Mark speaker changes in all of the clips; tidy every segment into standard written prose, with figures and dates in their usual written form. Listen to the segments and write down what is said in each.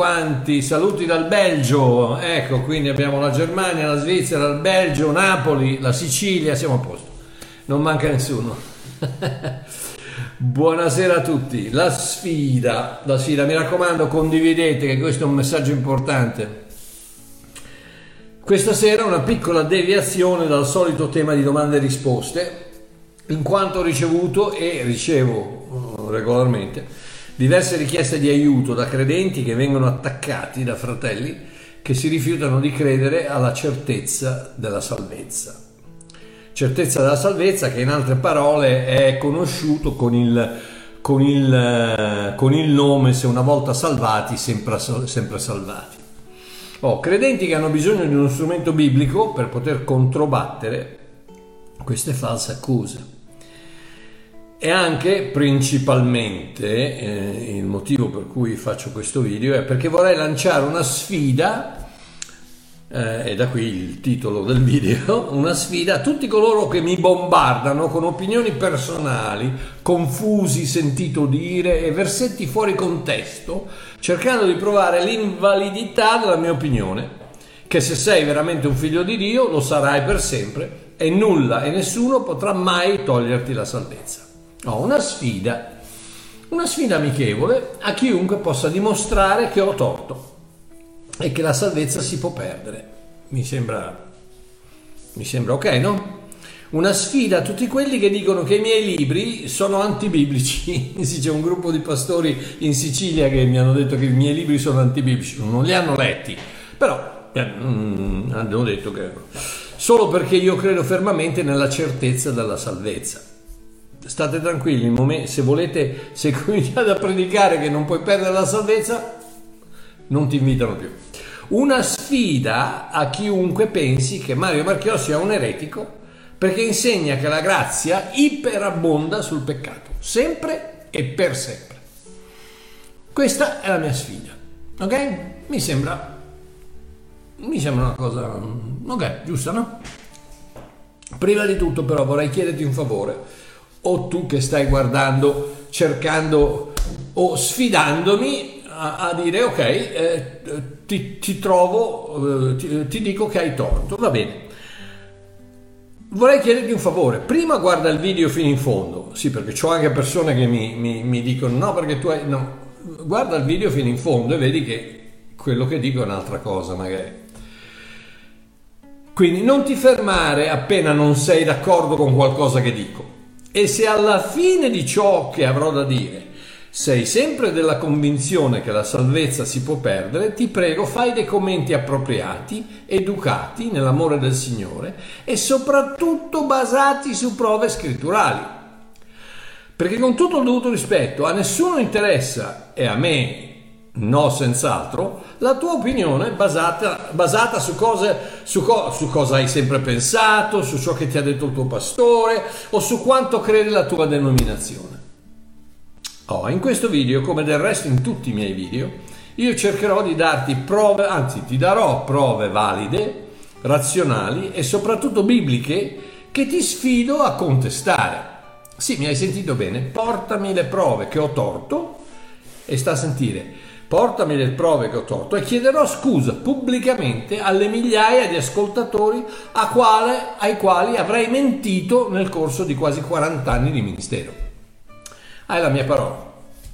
Speaker 1: quanti, saluti dal Belgio, ecco, quindi abbiamo la Germania, la Svizzera, il Belgio, Napoli, la Sicilia, siamo a posto, non manca nessuno. Buonasera a tutti. La sfida, mi raccomando, condividete, che questo è un messaggio importante. Questa sera una piccola deviazione dal solito tema di domande e risposte, in quanto ho ricevuto e ricevo regolarmente diverse richieste di aiuto da credenti che vengono attaccati da fratelli che si rifiutano di credere alla certezza della salvezza. Certezza della salvezza che in altre parole è conosciuto con il nome, se una volta salvati, sempre salvati. Credenti che hanno bisogno di uno strumento biblico per poter controbattere queste false accuse. E anche principalmente il motivo per cui faccio questo video è perché vorrei lanciare una sfida, e da qui il titolo del video, una sfida a tutti coloro che mi bombardano con opinioni personali, confusi, sentito dire e versetti fuori contesto, cercando di provare l'invalidità della mia opinione, che se sei veramente un figlio di Dio lo sarai per sempre e nulla e nessuno potrà mai toglierti la salvezza. Una sfida amichevole a chiunque possa dimostrare che ho torto e che la salvezza si può perdere. Mi sembra ok, no? Una sfida a tutti quelli che dicono che i miei libri sono antibiblici. Sì, c'è un gruppo di pastori in Sicilia che mi hanno detto che i miei libri sono antibiblici, non li hanno letti, però hanno detto che solo perché io credo fermamente nella certezza della salvezza. State tranquilli, se cominciate a predicare che non puoi perdere la salvezza, non ti invitano più. Una sfida a chiunque pensi che Mario Marchiò sia un eretico, perché insegna che la grazia iperabbonda sul peccato, sempre e per sempre. Questa è la mia sfida, ok? Mi sembra una cosa, ok, giusta, no? Prima di tutto però vorrei chiederti un favore, o tu che stai guardando, cercando o sfidandomi a dire ok, ti trovo, ti dico che hai torto, va bene. Vorrei chiederti un favore, prima guarda il video fino in fondo, sì, perché c'ho anche persone che mi dicono no perché tu hai, no, guarda il video fino in fondo e vedi che quello che dico è un'altra cosa magari. Quindi non ti fermare appena non sei d'accordo con qualcosa che dico. E se alla fine di ciò che avrò da dire sei sempre della convinzione che la salvezza si può perdere, ti prego fai dei commenti appropriati, educati nell'amore del Signore e soprattutto basati su prove scritturali. Perché con tutto il dovuto rispetto a nessuno interessa, e a me no senz'altro, la tua opinione basata su cosa hai sempre pensato, su ciò che ti ha detto il tuo pastore o su quanto crede la tua denominazione. In questo video, come del resto in tutti i miei video, io cercherò di darti prove, anzi ti darò prove valide, razionali e soprattutto bibliche che ti sfido a contestare. Sì, mi hai sentito bene, portami le prove che ho torto, e sta a sentire, portami le prove che ho torto e chiederò scusa pubblicamente alle migliaia di ascoltatori ai quali avrei mentito nel corso di quasi 40 anni di ministero. Hai la mia parola.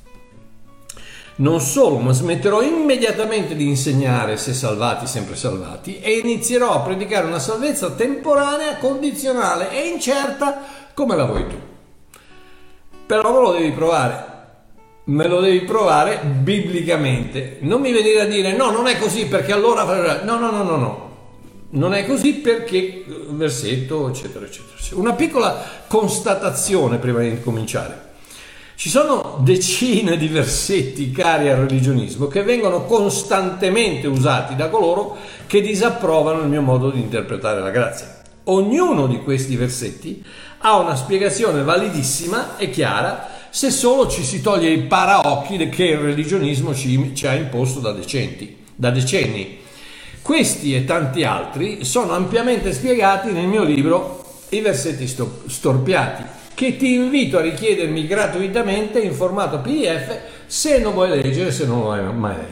Speaker 1: Non solo, ma smetterò immediatamente di insegnare se salvati, sempre salvati, e inizierò a predicare una salvezza temporanea, condizionale e incerta come la vuoi tu. Però me lo devi provare biblicamente. Non mi venire a dire no, non è così perché allora no. Non è così perché versetto eccetera eccetera. Una piccola constatazione prima di cominciare. Ci sono decine di versetti cari al religionismo che vengono costantemente usati da coloro che disapprovano il mio modo di interpretare la grazia. Ognuno di questi versetti ha una spiegazione validissima e chiara se solo ci si toglie i paraocchi che il religionismo ci ha imposto da decenni. Questi e tanti altri sono ampiamente spiegati nel mio libro I versetti storpiati, che ti invito a richiedermi gratuitamente in formato PDF se non vuoi leggere, se non lo hai mai letto.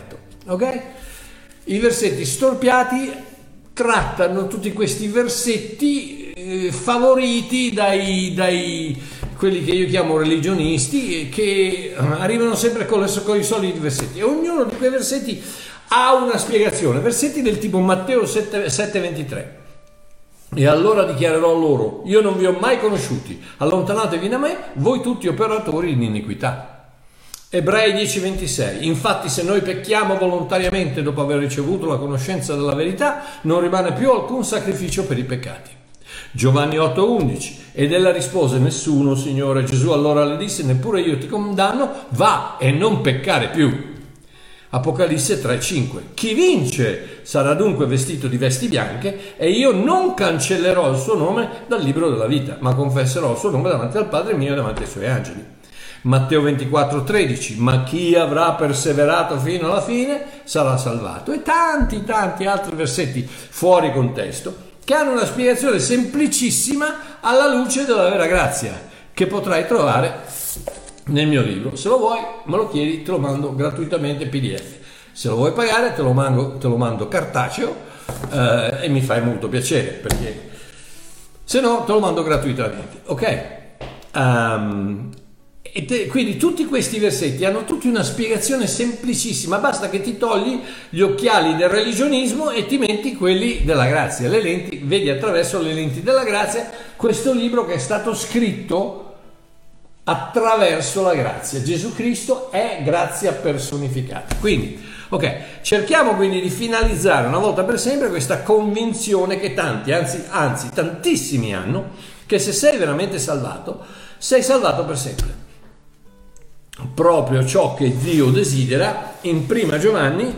Speaker 1: ok? I versetti storpiati trattano tutti questi versetti favoriti dai quelli che io chiamo religionisti, che arrivano sempre con i soliti versetti, e ognuno di quei versetti ha una spiegazione. Versetti del tipo Matteo 7,23: e allora dichiarerò loro, io non vi ho mai conosciuti, allontanatevi da me, voi tutti operatori di iniquità. Ebrei 10,26: infatti se noi pecchiamo volontariamente dopo aver ricevuto la conoscenza della verità, non rimane più alcun sacrificio per i peccati. Giovanni 8,11: ed ella rispose, nessuno, Signore. Gesù allora le disse, neppure io ti condanno, va e non peccare più. Apocalisse 3,5: chi vince sarà dunque vestito di vesti bianche, e io non cancellerò il suo nome dal libro della vita, ma confesserò il suo nome davanti al Padre mio e davanti ai suoi angeli. Matteo 24,13: ma chi avrà perseverato fino alla fine sarà salvato. E tanti altri versetti fuori contesto che hanno una spiegazione semplicissima alla luce della vera grazia, che potrai trovare nel mio libro. Se lo vuoi, me lo chiedi, te lo mando gratuitamente PDF. Se lo vuoi pagare, te lo mando cartaceo, e mi fai molto piacere, perché se no te lo mando gratuitamente, ok? Quindi tutti questi versetti hanno tutti una spiegazione semplicissima, basta che ti togli gli occhiali del religionismo e ti metti quelli della grazia, le lenti, vedi attraverso le lenti della grazia questo libro che è stato scritto attraverso la grazia. Gesù Cristo è grazia personificata. Quindi, ok, cerchiamo quindi di finalizzare una volta per sempre questa convinzione che tanti, anzi tantissimi hanno, che se sei veramente salvato, sei salvato per sempre. Proprio ciò che Dio desidera in 1 Giovanni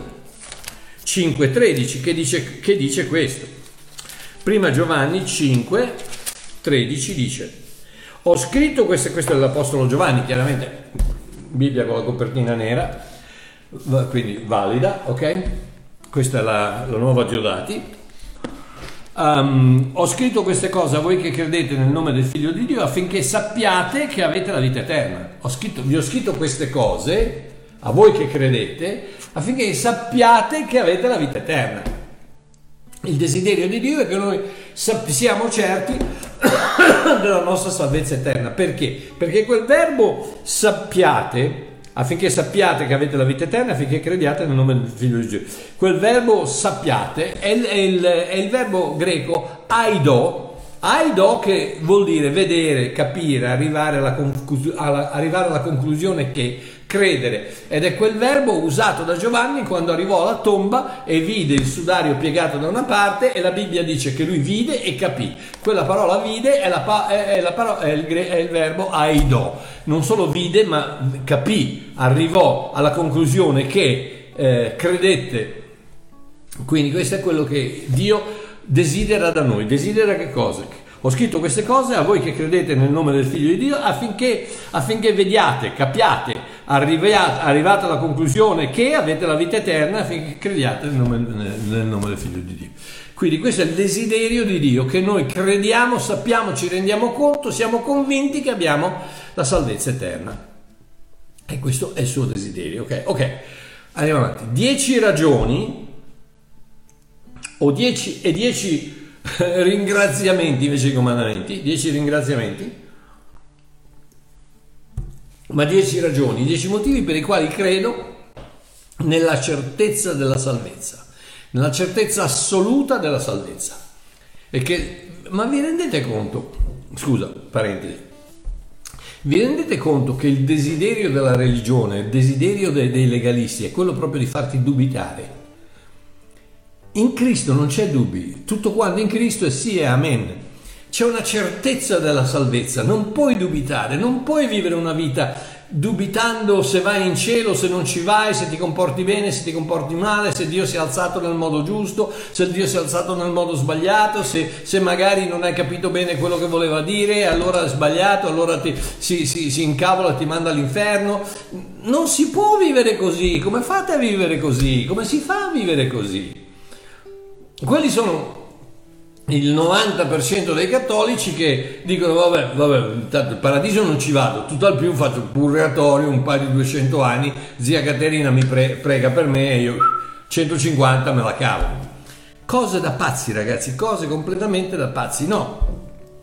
Speaker 1: 5,13 che dice questo. 1 Giovanni 5,13 dice: ho scritto questo è l'Apostolo Giovanni, chiaramente Bibbia con la copertina nera, quindi valida, ok? Questa è la nuova Diodati. Ho scritto queste cose a voi che credete nel nome del Figlio di Dio, affinché sappiate che avete la vita eterna. Vi ho scritto queste cose a voi che credete, affinché sappiate che avete la vita eterna. Il desiderio di Dio è che noi siamo certi della nostra salvezza eterna. Perché? Perché quel verbo sappiate, affinché sappiate che avete la vita eterna, affinché crediate nel nome del Figlio di Dio. Quel verbo sappiate è il verbo greco aido, che vuol dire vedere, capire, arrivare alla conclusione che credere, ed è quel verbo usato da Giovanni quando arrivò alla tomba e vide il sudario piegato da una parte, e la Bibbia dice che lui vide e capì. Quella parola vide è il verbo aido. Non solo vide, ma capì, arrivò alla conclusione che credette. Quindi questo è quello che Dio desidera da noi. Desidera che cosa? Ho scritto queste cose a voi che credete nel nome del Figlio di Dio, affinché vediate, capiate, arrivate alla conclusione che avete la vita eterna, affinché crediate nel nome del Figlio di Dio. Quindi questo è il desiderio di Dio, che noi crediamo, sappiamo, ci rendiamo conto, siamo convinti che abbiamo la salvezza eterna. E questo è il suo desiderio, ok? Andiamo avanti. 10 ragioni o 10 ringraziamenti invece di comandamenti, 10 ringraziamenti, ma 10 ragioni, 10 motivi per i quali credo nella certezza della salvezza, nella certezza assoluta della salvezza. Ma vi rendete conto, vi rendete conto che il desiderio della religione, il desiderio dei legalisti è quello proprio di farti dubitare? In Cristo non c'è dubbi, tutto quanto in Cristo è sì e amen. C'è una certezza della salvezza, non puoi dubitare, non puoi vivere una vita dubitando se vai in cielo, se non ci vai, se ti comporti bene, se ti comporti male, se Dio si è alzato nel modo giusto, se Dio si è alzato nel modo sbagliato, se magari non hai capito bene quello che voleva dire, allora è sbagliato, allora si incavola e ti manda all'inferno. Non si può vivere così. Come fate a vivere così? Come si fa a vivere così? Quelli sono il 90% dei cattolici che dicono vabbè, tanto il paradiso non ci vado, tutto al più faccio purgatorio un paio di 200 anni, zia Caterina mi prega per me e io 150 me la cavo. Cose da pazzi, ragazzi, cose completamente da pazzi. No,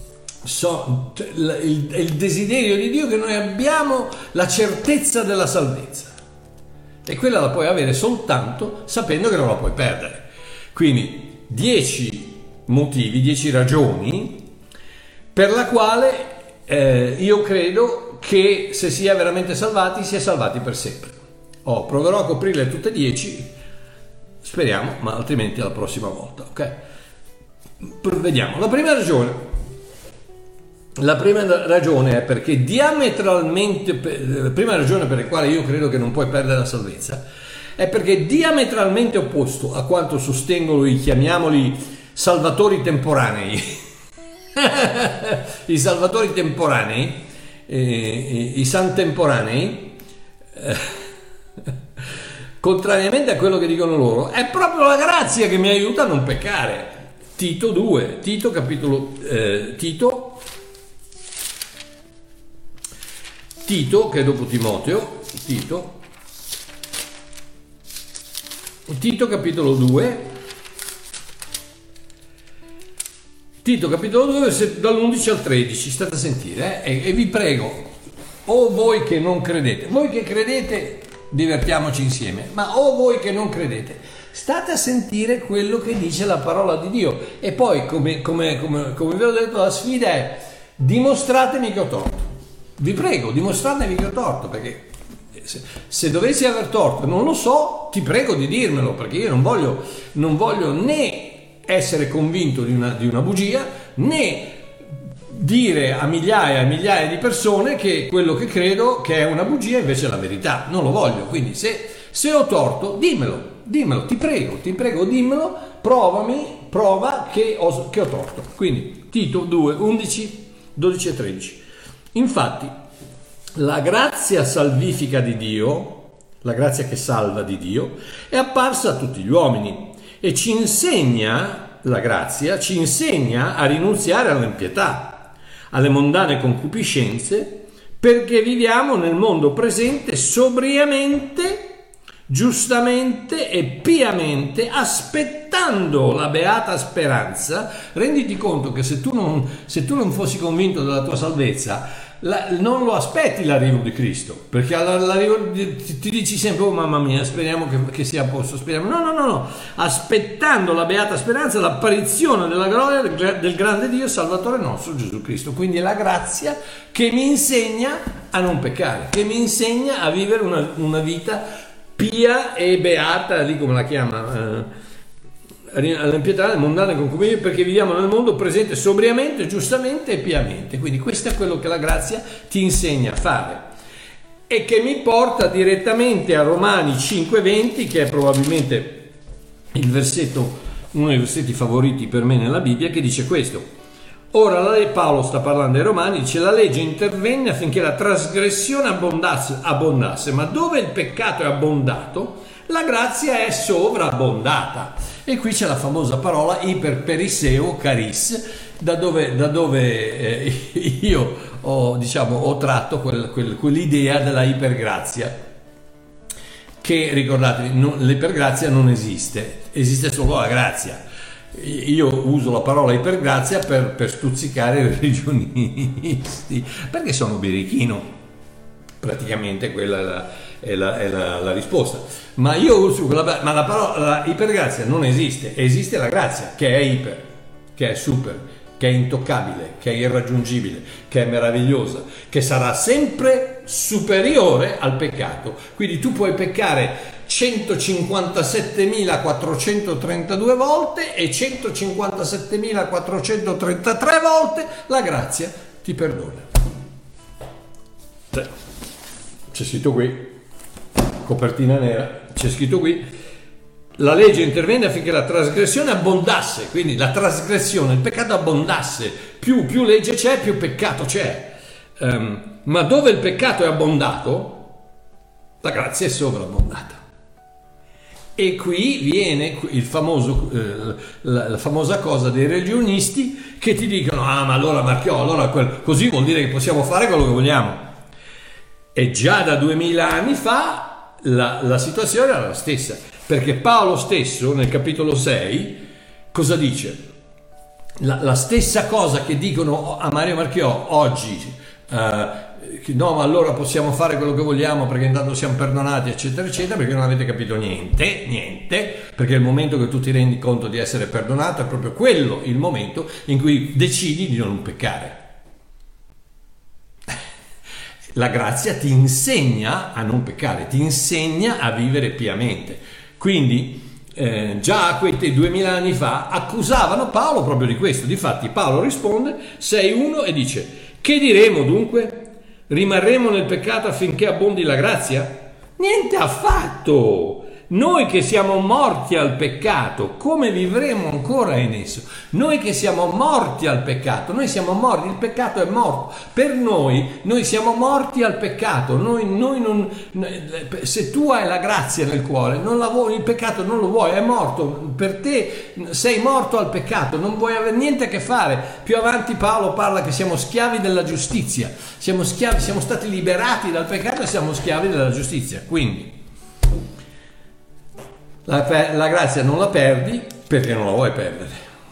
Speaker 1: il desiderio di Dio è che noi abbiamo la certezza della salvezza, e quella la puoi avere soltanto sapendo che non la puoi perdere. Quindi 10 motivi, 10 ragioni per la quale io credo che se si è veramente salvati, si è salvati per sempre. Proverò a coprirle tutte 10, speriamo, ma altrimenti alla prossima volta, ok? Vediamo. La prima ragione è perché diametralmente, la prima ragione per la quale io credo che non puoi perdere la salvezza è perché diametralmente opposto a quanto sostengono chiamiamoli salvatori temporanei, i salvatori temporanei, i santemporanei, contrariamente a quello che dicono loro, è proprio la grazia che mi aiuta a non peccare. Tito 2, Tito che è dopo Timoteo, Tito capitolo 2, dall'11 al 13, state a sentire, e vi prego, voi che non credete, voi che credete divertiamoci insieme, ma voi che non credete, state a sentire quello che dice la parola di Dio, e poi come vi ho detto, la sfida è: dimostratemi che ho torto. Vi prego, dimostratemi che ho torto, perché se dovessi aver torto, non lo so, ti prego di dirmelo, perché io non voglio né essere convinto di una bugia, né dire a migliaia e migliaia di persone che quello che credo che è una bugia invece è la verità. Non lo voglio. Quindi se ho torto, dimmelo, ti prego, dimmelo, prova che ho torto. Quindi Tito 2, 11, 12 e 13. Infatti, la grazia salvifica di Dio, la grazia che salva di Dio, è apparsa a tutti gli uomini e la grazia ci insegna a rinunziare all'impietà, alle mondane concupiscenze, perché viviamo nel mondo presente sobriamente, giustamente e piamente, aspettando la beata speranza. Renditi conto che se tu non fossi convinto della tua salvezza, non lo aspetti l'arrivo di Cristo, perché all'arrivo ti dici sempre: oh mamma mia, speriamo che sia a posto, speriamo. No, aspettando la beata speranza, l'apparizione della gloria del grande Dio Salvatore nostro Gesù Cristo. Quindi è la grazia che mi insegna a non peccare, che mi insegna a vivere una vita pia e beata, lì come la chiama, all'impietà, alle mondane concupiscenze, perché viviamo nel mondo presente sobriamente, giustamente e piamente. Quindi questo è quello che la grazia ti insegna a fare, e che mi porta direttamente a Romani 5,20, che è probabilmente uno dei versetti favoriti per me nella Bibbia, che dice questo: ora Paolo sta parlando ai Romani, dice: la legge intervenne affinché la trasgressione abbondasse, ma dove il peccato è abbondato, la grazia è sovrabbondata. E qui c'è la famosa parola iperperiseo charis, da dove io ho tratto quell'idea della ipergrazia, che, ricordatevi, l'ipergrazia non esiste solo la grazia. Io uso la parola ipergrazia per stuzzicare i religionisti, perché sono birichino, praticamente quella è la risposta. Ma io uso ma la parola ipergrazia non esiste la grazia, che è iper, che è super, che è intoccabile, che è irraggiungibile, che è meravigliosa, che sarà sempre superiore al peccato. Quindi tu puoi peccare 157.432 volte e 157.433 volte la grazia ti perdona. C'è scritto qui, copertina nera, c'è scritto qui: la legge intervenne affinché la trasgressione abbondasse. Quindi la trasgressione, il peccato abbondasse. Più legge c'è, più peccato c'è. Ma dove il peccato è abbondato, la grazia è sovrabbondata. E qui viene la famosa cosa dei religionisti che ti dicono: ah, ma allora Marchiò, così vuol dire che possiamo fare quello che vogliamo. E già da 2000 anni fa la situazione era la stessa. perché Paolo stesso nel capitolo 6 cosa dice? La stessa cosa che dicono a Mario Marchiò oggi, no, ma allora possiamo fare quello che vogliamo perché intanto siamo perdonati, eccetera, eccetera, perché non avete capito niente, perché il momento che tu ti rendi conto di essere perdonato è proprio quello il momento in cui decidi di non peccare. La grazia ti insegna a non peccare, ti insegna a vivere piamente. Quindi già quei 2000 anni fa accusavano Paolo proprio di questo. Difatti Paolo risponde 6:1 e dice: che diremo dunque? Rimarremo nel peccato affinché abbondi la grazia? Niente affatto! Noi che siamo morti al peccato, come vivremo ancora in esso? Noi che siamo morti al peccato, noi siamo morti, il peccato è morto. Per noi siamo morti al peccato. Noi non, se tu hai la grazia nel cuore, non la vuoi, il peccato non lo vuoi, è morto. Per te sei morto al peccato, non vuoi avere niente a che fare. Più avanti Paolo parla che siamo schiavi della giustizia, siamo schiavi, siamo stati liberati dal peccato e siamo schiavi della giustizia. Quindi la grazia non la perdi perché non la vuoi perdere.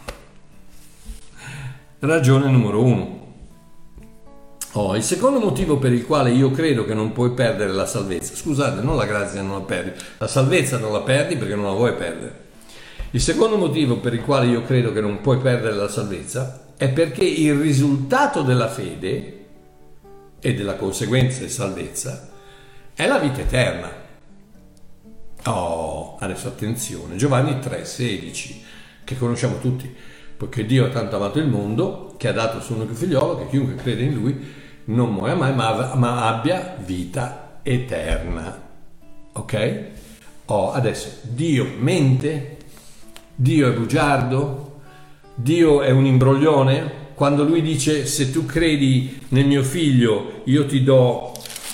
Speaker 1: Ragione numero 1. Il secondo motivo per il quale io credo che non puoi perdere la salvezza, scusate, non la grazia non la perdi, la salvezza non la perdi perché non la vuoi perdere. Il secondo motivo per il quale io credo che non puoi perdere la salvezza è perché il risultato della fede e della conseguenza di salvezza è la vita eterna. Adesso attenzione, Giovanni 3,16, che conosciamo tutti, poiché Dio ha tanto amato il mondo che ha dato il suo unico figliolo, che chiunque crede in lui non muoia mai, ma abbia vita eterna. Ok? Adesso Dio mente? Dio è bugiardo? Dio è un imbroglione? Quando lui dice: se tu credi nel mio figlio io ti do,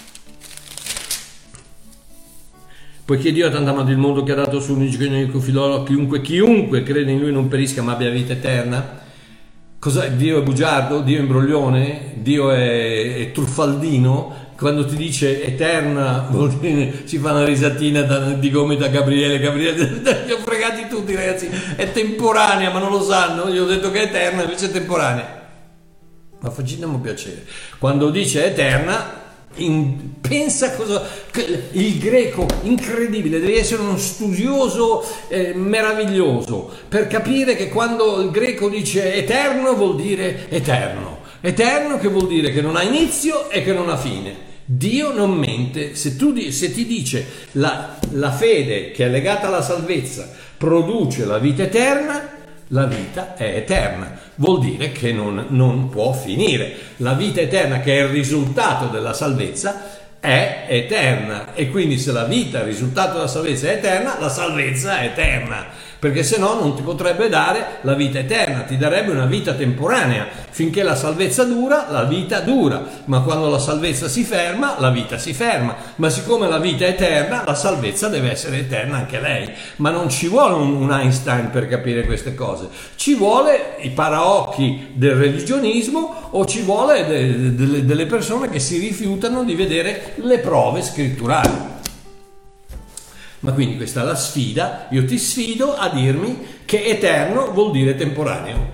Speaker 1: poiché Dio ha tanto amato il mondo che ha dato il suo unico figliolo, chiunque crede in lui non perisca ma abbia vita eterna. Dio è bugiardo? Dio è imbroglione? Dio è truffaldino? Quando ti dice eterna vuol dire, si fa una risatina di gomito a Gabriele, li ho fregati tutti ragazzi, è temporanea, ma non lo sanno, gli ho detto che è eterna invece è temporanea. Ma facciamo piacere. Quando dice eterna, pensa cosa, il greco incredibile, devi essere uno studioso meraviglioso per capire che quando il greco dice eterno vuol dire eterno che vuol dire che non ha inizio e che non ha fine. Dio non mente. Se ti dice la fede che è legata alla salvezza produce la vita eterna, la vita è eterna, vuol dire che non può finire. La vita eterna, che è il risultato della salvezza, è eterna, e quindi se la vita, il risultato della salvezza è eterna, la salvezza è eterna, perché se no non ti potrebbe dare la vita eterna, ti darebbe una vita temporanea. Finché la salvezza dura, la vita dura, ma quando la salvezza si ferma, la vita si ferma. Ma siccome la vita è eterna, la salvezza deve essere eterna anche lei. Ma non ci vuole un Einstein per capire queste cose, ci vuole i paraocchi del religionismo, o ci vuole delle persone che si rifiutano di vedere le prove scritturali. Ma quindi questa è la sfida, io ti sfido a dirmi che eterno vuol dire temporaneo.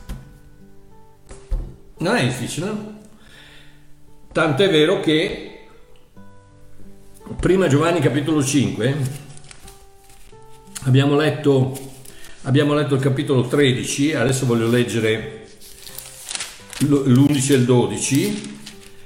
Speaker 1: Non è difficile, no? Tanto è vero che prima Giovanni capitolo 5 abbiamo letto il capitolo 13, adesso voglio leggere l'11 e il 12.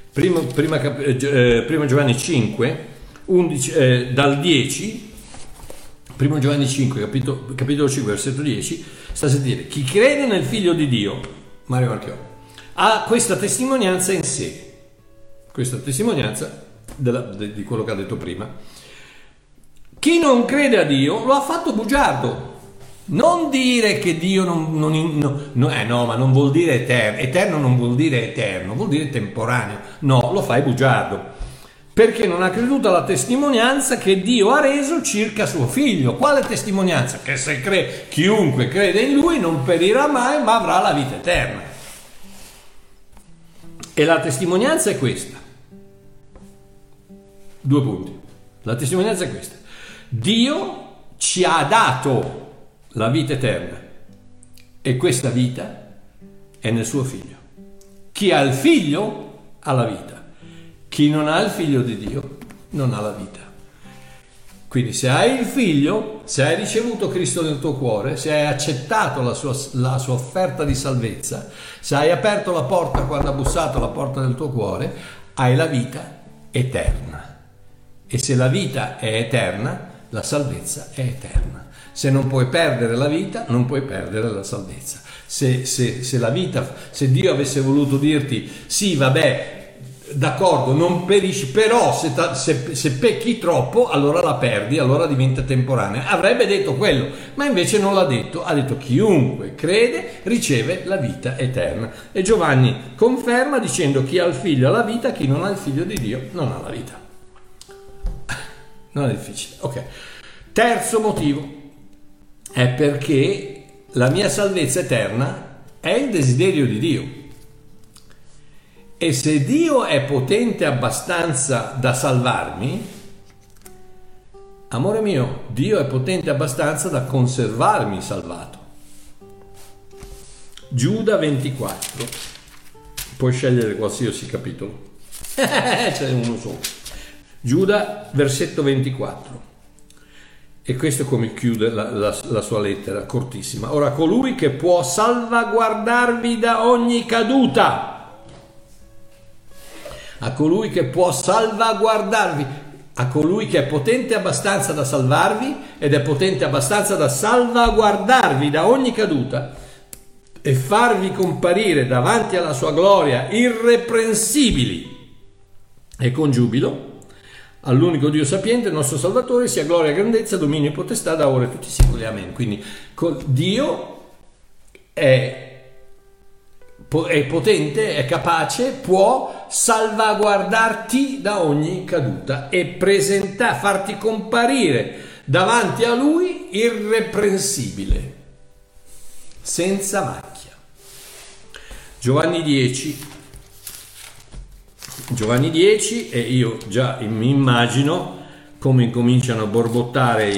Speaker 1: Prima Giovanni 5 11, dal 10, primo Giovanni 5 capitolo 5 versetto 10, sta a sentire: chi crede nel figlio di Dio, Mario Marchiò, ha questa testimonianza in sé, questa testimonianza di quello che ha detto prima. Chi non crede a Dio lo ha fatto bugiardo. Non dire che Dio ma non vuol dire eterno. Eterno non vuol dire eterno, vuol dire temporaneo. No, lo fai bugiardo, perché non ha creduto alla testimonianza che Dio ha reso circa suo figlio. Quale testimonianza? Che se chiunque crede in lui non perirà mai, ma avrà la vita eterna. E la testimonianza è questa. 2 punti. La testimonianza è questa: Dio ci ha dato la vita eterna e questa vita è nel suo figlio. Chi ha il figlio ha la vita, chi non ha il figlio di Dio non ha la vita. Quindi se hai il figlio, se hai ricevuto Cristo nel tuo cuore, se hai accettato la sua offerta di salvezza, se hai aperto la porta quando ha bussato alla porta del tuo cuore, hai la vita eterna. E se la vita è eterna, la salvezza è eterna. Se non puoi perdere la vita, non puoi perdere la salvezza. Se la vita, se Dio avesse voluto dirti sì, vabbè, d'accordo, non perisci, però se pecchi troppo, allora la perdi, allora diventa temporanea. Avrebbe detto quello, ma invece non l'ha detto. Ha detto chiunque crede riceve la vita eterna. E Giovanni conferma dicendo chi ha il figlio ha la vita, chi non ha il figlio di Dio non ha la vita. Non è difficile. Ok. Terzo motivo è perché la mia salvezza eterna è il desiderio di Dio. E se Dio è potente abbastanza da salvarmi, amore mio, Dio è potente abbastanza da conservarmi salvato. Giuda 24. Puoi scegliere qualsiasi capitolo. C'è uno solo. Giuda, versetto 24. E questo è come chiude la sua lettera, cortissima. Ora, colui che può salvaguardarvi da ogni caduta, a colui che può salvaguardarvi, a colui che è potente abbastanza da salvarvi ed è potente abbastanza da salvaguardarvi da ogni caduta e farvi comparire davanti alla sua gloria irreprensibili e con giubilo, all'unico Dio sapiente, il nostro Salvatore, sia gloria, grandezza, dominio e potestà da ora e tutti i secoli. Amen. Quindi Dio è potente, è capace, può salvaguardarti da ogni caduta e farti comparire davanti a Lui irreprensibile, senza macchia. Giovanni 10, e io già mi immagino come incominciano a borbottare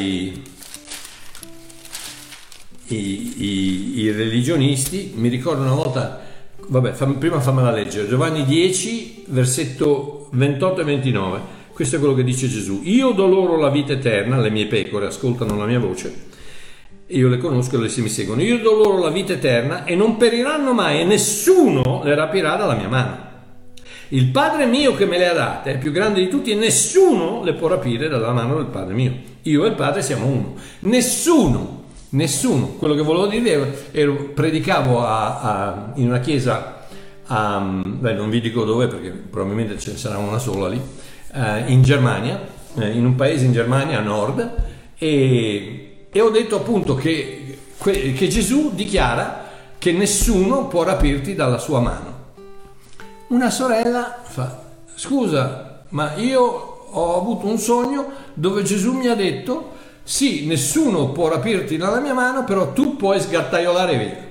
Speaker 1: i religionisti. Mi ricordo una volta, vabbè, prima fammela leggere, Giovanni 10, versetto 28 e 29. Questo è quello che dice Gesù: io do loro la vita eterna, le mie pecore ascoltano la mia voce, io le conosco e le mi seguono. Io do loro la vita eterna e non periranno mai e nessuno le rapirà dalla mia mano. Il Padre mio che me le ha date è più grande di tutti e nessuno le può rapire dalla mano del Padre mio. Io e il Padre siamo uno. Nessuno. Quello che volevo dirvi, predicavo in una chiesa, non vi dico dove perché probabilmente ce ne sarà una sola lì, in Germania, in un paese in Germania a nord, e ho detto appunto che Gesù dichiara che nessuno può rapirti dalla sua mano. Una sorella fa: scusa, ma io ho avuto un sogno dove Gesù mi ha detto sì, nessuno può rapirti dalla mia mano, però tu puoi sgattaiolare via.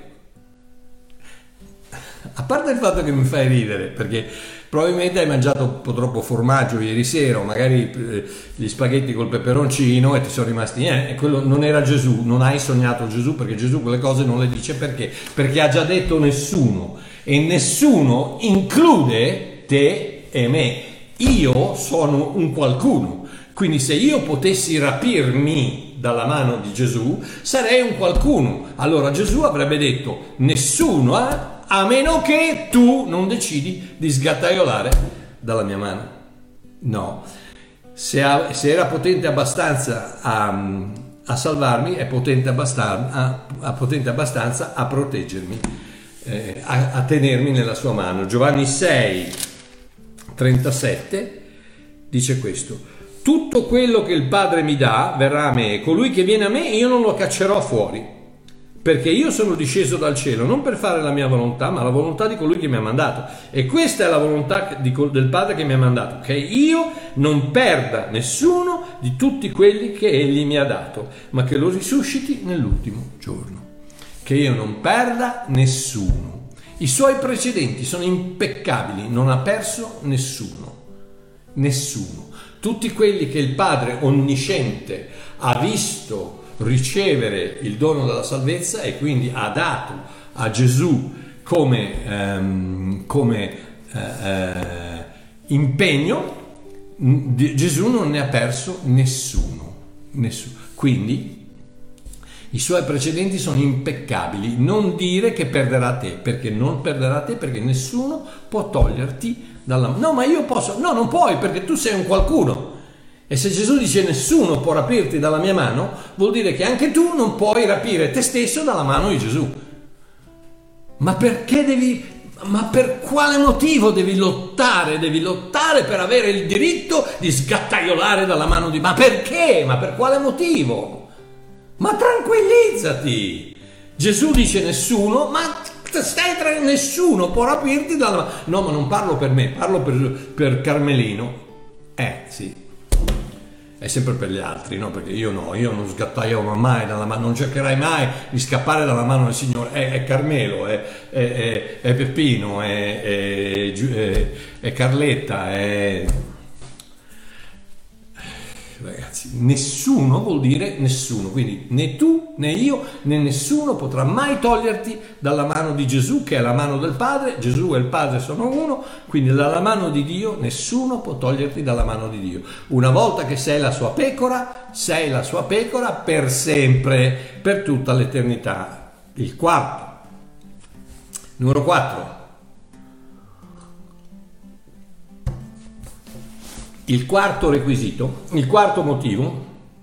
Speaker 1: A parte il fatto che mi fai ridere, perché probabilmente hai mangiato un po' troppo formaggio ieri sera, o magari gli spaghetti col peperoncino e ti sono rimasti e quello non era Gesù, non hai sognato Gesù, perché Gesù quelle cose non le dice. Perché ha già detto nessuno, e nessuno include te e me. Io sono un qualcuno. Quindi se io potessi rapirmi dalla mano di Gesù, sarei un qualcuno. Allora Gesù avrebbe detto nessuno, a meno che tu non decidi di sgattaiolare dalla mia mano. No, se era potente abbastanza a salvarmi, è potente abbastanza a proteggermi, a tenermi nella sua mano. Giovanni 6, 37 dice questo: tutto quello che il Padre mi dà verrà a me, e colui che viene a me io non lo caccerò fuori, perché io sono disceso dal cielo non per fare la mia volontà, ma la volontà di colui che mi ha mandato. E questa è la volontà del Padre che mi ha mandato, che io non perda nessuno di tutti quelli che egli mi ha dato, ma che lo risusciti nell'ultimo giorno. Che io non perda nessuno. I suoi precedenti sono impeccabili, non ha perso nessuno. Tutti quelli che il Padre onnisciente ha visto ricevere il dono della salvezza e quindi ha dato a Gesù come impegno, Gesù non ne ha perso nessuno. Quindi i suoi precedenti sono impeccabili. Non dire che perderà te, perché non perderà te, perché nessuno può toglierti dalla mano. No, ma io posso. No, non puoi, perché tu sei un qualcuno. E se Gesù dice nessuno può rapirti dalla mia mano, vuol dire che anche tu non puoi rapire te stesso dalla mano di Gesù. Ma perché ma per quale motivo devi lottare? Devi lottare per avere il diritto di sgattaiolare dalla mano di... Ma perché? Ma per quale motivo? Ma tranquillizzati! Gesù dice nessuno, ma nessuno può rapirti dalla mano. No, ma non parlo per me, parlo per Carmelino. Sì. È sempre per gli altri, no? Perché io non sgattaiolo mai dalla mano, non cercherai mai di scappare dalla mano del Signore. È Carmelo, è Peppino, è Carletta, Ragazzi, nessuno vuol dire nessuno, quindi né tu né io né nessuno potrà mai toglierti dalla mano di Gesù, che è la mano del Padre. Gesù e il Padre sono uno, quindi dalla mano di Dio nessuno può toglierti dalla mano di Dio. Una volta che sei la sua pecora per sempre, per tutta l'eternità. Il quarto, numero 4. Il quarto requisito, il quarto motivo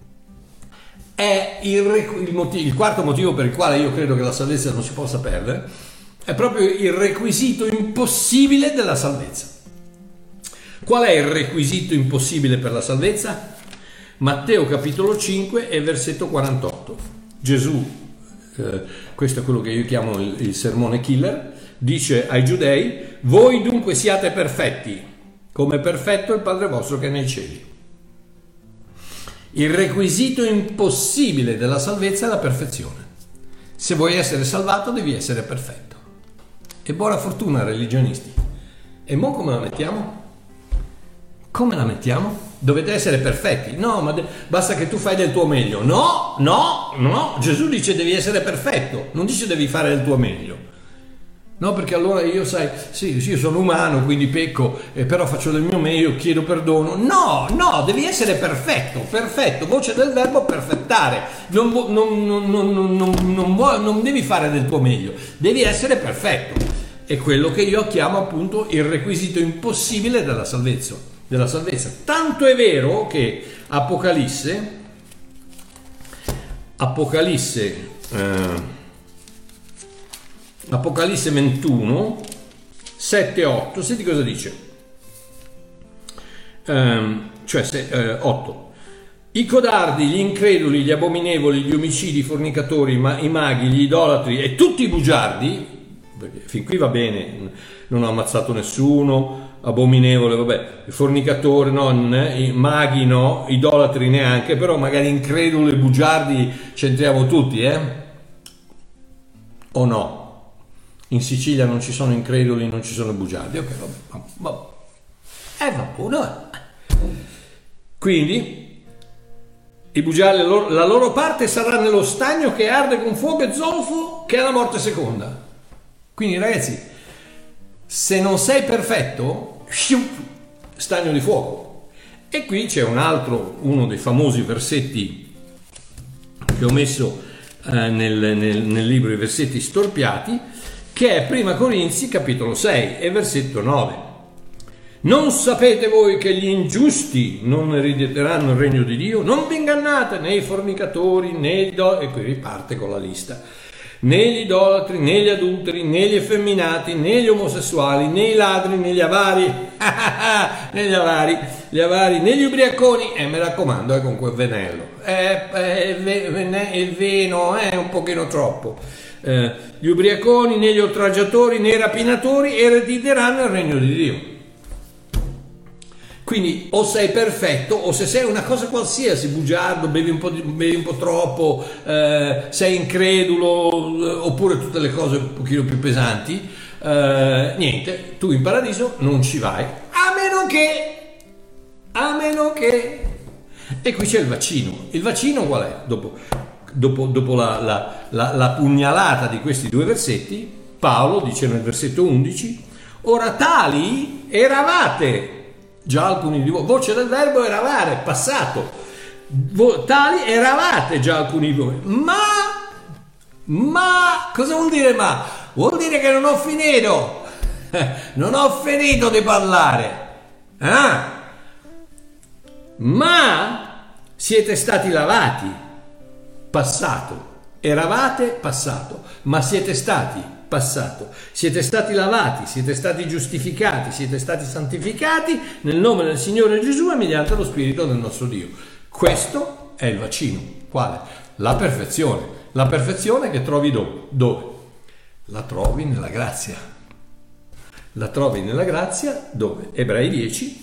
Speaker 1: è il quarto motivo per il quale io credo che la salvezza non si possa perdere, è proprio il requisito impossibile della salvezza. Qual è il requisito impossibile per la salvezza? Matteo capitolo 5 e versetto 48. Gesù, questo è quello che io chiamo il sermone killer, dice ai giudei: voi dunque siate perfetti, come è perfetto il Padre vostro che è nei cieli. Il requisito impossibile della salvezza è la perfezione. Se vuoi essere salvato devi essere perfetto. E buona fortuna, religionisti. E mo come la mettiamo? Come la mettiamo? Dovete essere perfetti. No, ma basta che tu fai del tuo meglio. No. Gesù dice devi essere perfetto, non dice devi fare del tuo meglio. No, perché allora io, sì, io sono umano, quindi pecco, però faccio del mio meglio, chiedo perdono. No, devi essere perfetto, voce del verbo perfettare. Non devi fare del tuo meglio, devi essere perfetto. È quello che io chiamo appunto il requisito impossibile della salvezza. Tanto è vero che Apocalisse 21, 7, 8, senti cosa dice. 8. I codardi, gli increduli, gli abominevoli, gli omicidi, i fornicatori, i maghi, gli idolatri e tutti i bugiardi, perché fin qui va bene, non ho ammazzato nessuno, abominevole, vabbè, il fornicatore no, i maghi no, idolatri neanche, però magari increduli e bugiardi c'entriamo tutti, o no? In Sicilia non ci sono increduli, non ci sono bugiardi. Ok, vabbè. Quindi i bugiardi, la loro parte sarà nello stagno che arde con fuoco e zolfo, che è la morte seconda. Quindi ragazzi, se non sei perfetto, stagno di fuoco. E qui c'è uno dei famosi versetti che ho messo nel libro I versetti storpiati, che è Prima Corinzi capitolo 6 e versetto 9. Non sapete voi che gli ingiusti non erediteranno il regno di Dio? Non vi ingannate, né i fornicatori, né gli idolatri, e qui riparte con la lista, né gli idolatri, né gli adulteri, né gli effeminati, né gli omosessuali, né i ladri, né gli avari, né gli ubriaconi, e mi raccomando, con quel venello, il vino è un pochino troppo. Gli ubriaconi, né gli oltraggiatori, né i rapinatori erediteranno il regno di Dio. Quindi o sei perfetto, o se sei una cosa qualsiasi, bugiardo, bevi un po' troppo, sei incredulo, oppure tutte le cose un pochino più pesanti, niente, tu in paradiso non ci vai, a meno che. E qui c'è il vaccino. Il vaccino qual è? Dopo dopo la pugnalata di questi due versetti, Paolo dice nel versetto 11: ora tali eravate già alcuni di voi, voce del verbo eravare, passato, tali eravate già alcuni di voi, ma cosa vuol dire ma? Vuol dire che non ho finito, non ho finito di parlare, ma siete stati lavati, passato, eravate, passato, ma siete stati, passato, siete stati lavati, siete stati giustificati, siete stati santificati nel nome del Signore Gesù e mediante lo Spirito del nostro Dio. Questo è il vaccino. Quale? La perfezione che trovi dove? La trovi nella grazia. La trovi nella grazia dove? Ebrei 10.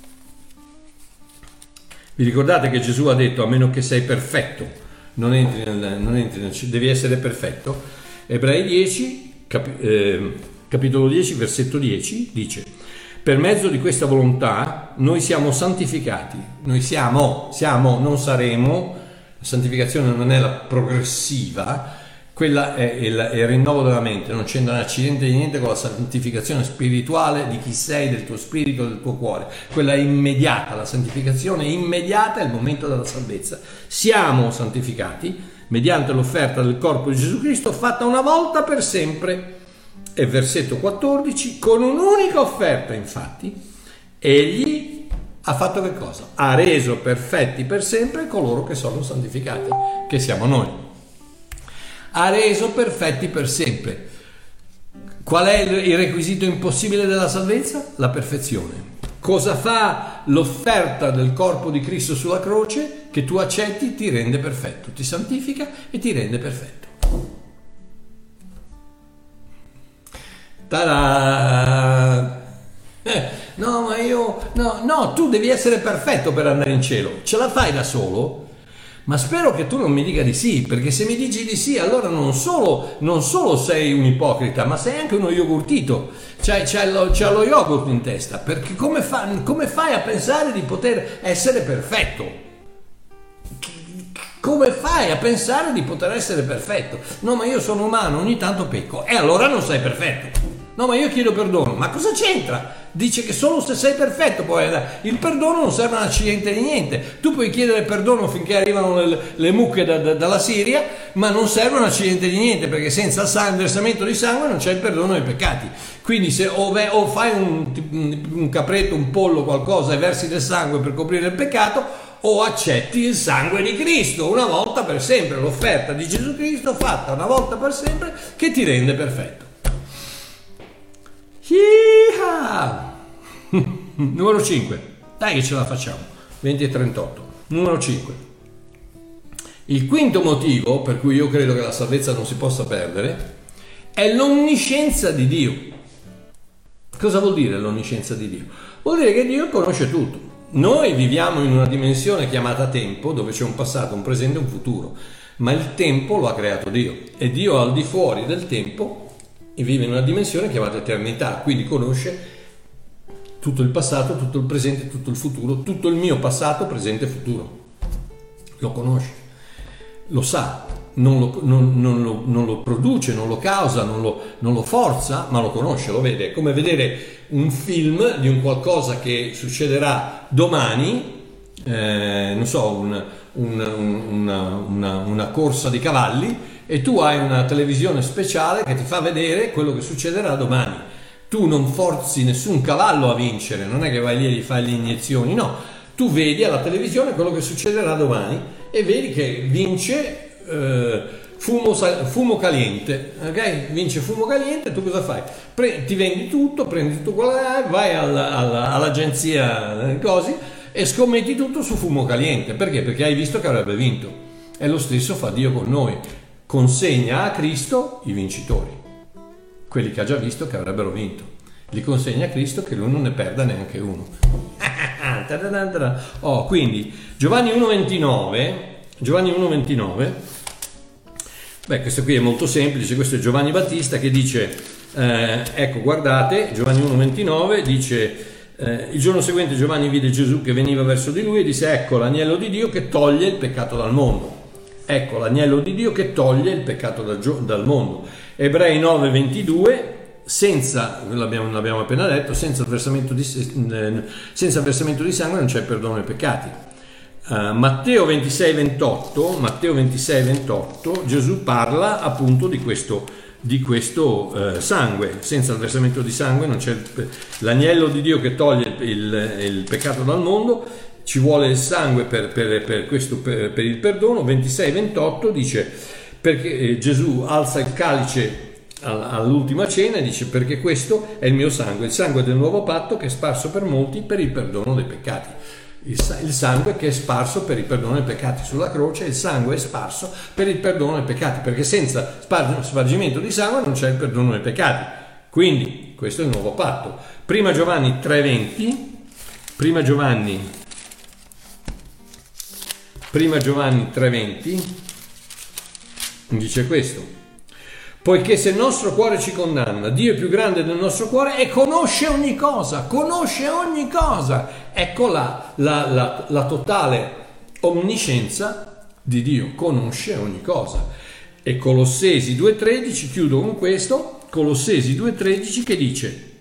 Speaker 1: Vi ricordate che Gesù ha detto: a meno che sei perfetto non entri devi essere perfetto. Ebrei 10, capitolo 10, versetto 10 dice: per mezzo di questa volontà noi siamo santificati, noi siamo, non saremo. La santificazione non è la progressiva, quella è il rinnovo della mente, non c'entra un accidente di niente con la santificazione spirituale di chi sei, del tuo spirito, del tuo cuore. Quella è immediata, la santificazione è immediata, è il momento della salvezza. Siamo santificati mediante l'offerta del corpo di Gesù Cristo fatta una volta per sempre. E versetto 14: con un'unica offerta infatti egli ha fatto che cosa? Ha reso perfetti per sempre coloro che sono santificati, che siamo noi. Ha reso perfetti per sempre. Qual è il requisito impossibile della salvezza? La perfezione. Cosa fa l'offerta del corpo di Cristo sulla croce? Che tu accetti, ti rende perfetto, ti santifica e ti rende perfetto. Ta-da! No, ma no, tu devi essere perfetto per andare in cielo. Ce la fai da solo? Ma spero che tu non mi dica di sì, perché se mi dici di sì, allora non solo sei un ipocrita, ma sei anche uno yogurtito. C'hai lo yogurt in testa, perché come fai a pensare di poter essere perfetto? Come fai a pensare di poter essere perfetto? No, ma io sono umano, ogni tanto pecco. E allora non sei perfetto. No, ma io chiedo perdono. Ma cosa c'entra? Dice che solo se sei perfetto poi il perdono non serve a un accidente di niente. Tu puoi chiedere perdono finché arrivano le mucche dalla Siria, ma non serve a un accidente di niente, perché senza il versamento di sangue non c'è il perdono dei peccati. Quindi se o fai un capretto, un pollo, qualcosa e versi del sangue per coprire il peccato, o accetti il sangue di Cristo una volta per sempre, l'offerta di Gesù Cristo fatta una volta per sempre che ti rende perfetto. Numero 5, dai che ce la facciamo. 20 e 38. Numero 5. Il quinto motivo per cui io credo che la salvezza non si possa perdere è l'onniscienza di Dio. Cosa vuol dire l'onniscienza di Dio? Vuol dire che Dio conosce tutto. Noi viviamo in una dimensione chiamata tempo, dove c'è un passato, un presente e un futuro, ma il tempo lo ha creato Dio, e Dio al di fuori del tempo vive in una dimensione chiamata eternità, quindi conosce tutto il passato, tutto il presente, tutto il futuro, tutto il mio passato, presente e futuro. Lo conosce, lo sa, non lo produce, non lo causa, non lo forza, ma lo conosce, lo vede. È come vedere un film di un qualcosa che succederà domani, non so, una corsa di cavalli, e tu hai una televisione speciale che ti fa vedere quello che succederà domani. Tu non forzi nessun cavallo a vincere, non è che vai lì e gli fai le iniezioni, no. Tu vedi alla televisione quello che succederà domani e vedi che vince fumo caliente, ok? Vince fumo caliente, tu cosa fai? Ti vendi tutto, prendi tutto quello che hai, vai all'agenzia così e scommetti tutto su fumo caliente. Perché? Perché hai visto che avrebbe vinto. E lo stesso fa Dio con noi. Consegna a Cristo i vincitori, quelli che ha già visto che avrebbero vinto, li consegna a Cristo che lui non ne perda neanche uno. Quindi Giovanni 1,29, questo qui è molto semplice. Questo è Giovanni Battista che dice, ecco guardate, Giovanni 1,29 dice: il giorno seguente Giovanni vide Gesù che veniva verso di lui e disse: ecco l'agnello di Dio che toglie il peccato dal mondo. ecco l'agnello di Dio che toglie il peccato dal mondo. Ebrei 9:22, l'abbiamo appena detto, senza il versamento di sangue non c'è perdono dei peccati. Matteo 26:28 Gesù parla appunto di questo sangue. Senza il versamento di sangue non c'è l'agnello di Dio che toglie il peccato dal mondo, ci vuole il sangue per il perdono. 26:28 dice, perché Gesù alza il calice all'ultima cena e dice, perché questo è il mio sangue, il sangue del nuovo patto che è sparso per molti per il perdono dei peccati. Il sangue che è sparso per il perdono dei peccati sulla croce, il sangue è sparso per il perdono dei peccati, perché senza spargimento di sangue non c'è il perdono dei peccati. Quindi questo è il nuovo patto. Prima Giovanni 3:20 dice questo: poiché se il nostro cuore ci condanna, Dio è più grande del nostro cuore e conosce ogni cosa. Ecco la totale onniscienza di Dio, conosce ogni cosa. E Colossesi 2:13, chiudo con questo, Colossesi 2:13 che dice,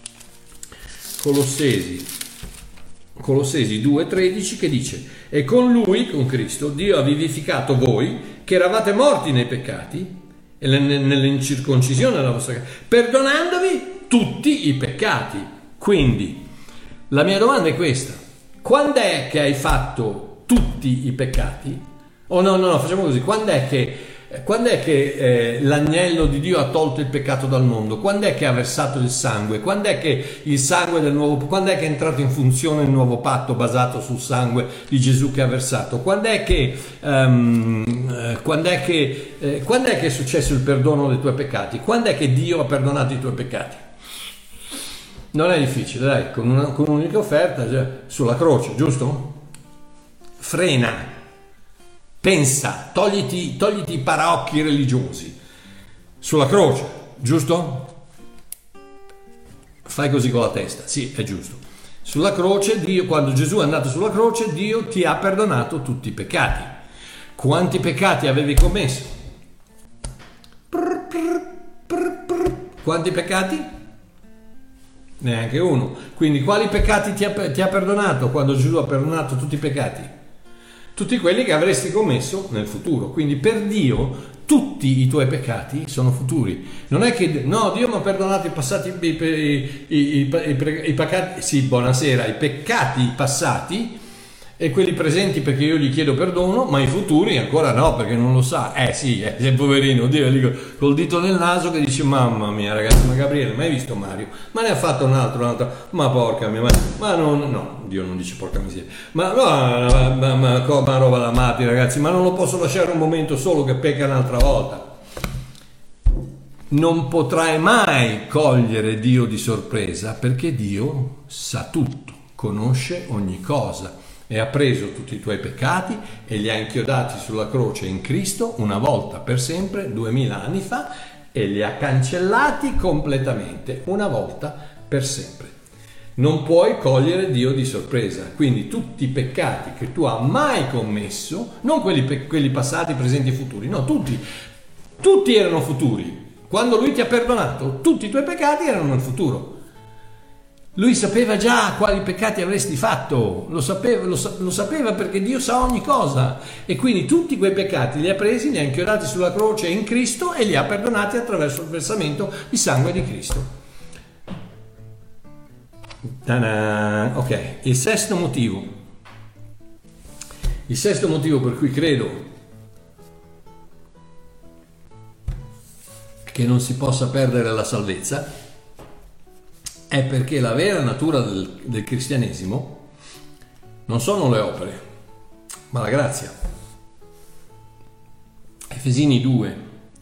Speaker 1: Colossesi 2:13 che dice, e con Lui, con Cristo, Dio ha vivificato voi che eravate morti nei peccati e nell'incirconcisione della vostra carne, perdonandovi tutti i peccati. Quindi la mia domanda è questa: quando è che hai fatto tutti i peccati? No, facciamo così: quando è che l'agnello di Dio ha tolto il peccato dal mondo? Quando è che ha versato il sangue? Quando è che il sangue quando è che è entrato in funzione il nuovo patto basato sul sangue di Gesù che ha versato? Quando è che è successo il perdono dei tuoi peccati? Quando è che Dio ha perdonato i tuoi peccati? Non è difficile, dai, con un'unica offerta, cioè, sulla croce, giusto? Frena. Pensa, togliti i paraocchi religiosi, sulla croce, giusto? Fai così con la testa, sì, è giusto. Sulla croce, Dio, quando Gesù è andato sulla croce, Dio ti ha perdonato tutti i peccati. Quanti peccati avevi commesso? Quanti peccati? Neanche uno. Quindi quali peccati ti ha perdonato quando Gesù ha perdonato tutti i peccati? Tutti quelli che avresti commesso nel futuro. Quindi per Dio tutti i tuoi peccati sono futuri. Non è che no, Dio mi ha perdonato i passati, i peccati, sì, buonasera, i peccati passati e quelli presenti perché io gli chiedo perdono, ma i futuri ancora no, perché non lo sa. Sì, è poverino, Dio lì col dito nel naso che dice, mamma mia ragazzi, ma Gabriele, mai visto Mario? Ma ne ha fatto un altro, ma porca mia, ma no, Dio non dice porca miseria, ma roba da matti ragazzi, ma non lo posso lasciare un momento solo che pecca un'altra volta. Non potrai mai cogliere Dio di sorpresa, perché Dio sa tutto, conosce ogni cosa. E ha preso tutti i tuoi peccati e li ha inchiodati sulla croce in Cristo una volta per sempre, 2000 anni fa, e li ha cancellati completamente una volta per sempre. Non puoi cogliere Dio di sorpresa, quindi tutti i peccati che tu hai mai commesso, non quelli passati, presenti e futuri, no, tutti erano futuri. Quando Lui ti ha perdonato, tutti i tuoi peccati erano nel futuro. Lui sapeva già quali peccati avresti fatto, lo sapeva perché Dio sa ogni cosa, e quindi tutti quei peccati li ha presi, li ha inchiodati sulla croce in Cristo e li ha perdonati attraverso il versamento di sangue di Cristo. Ok, il sesto motivo per cui credo che non si possa perdere la salvezza è perché la vera natura del cristianesimo non sono le opere, ma la grazia. Efesini 2,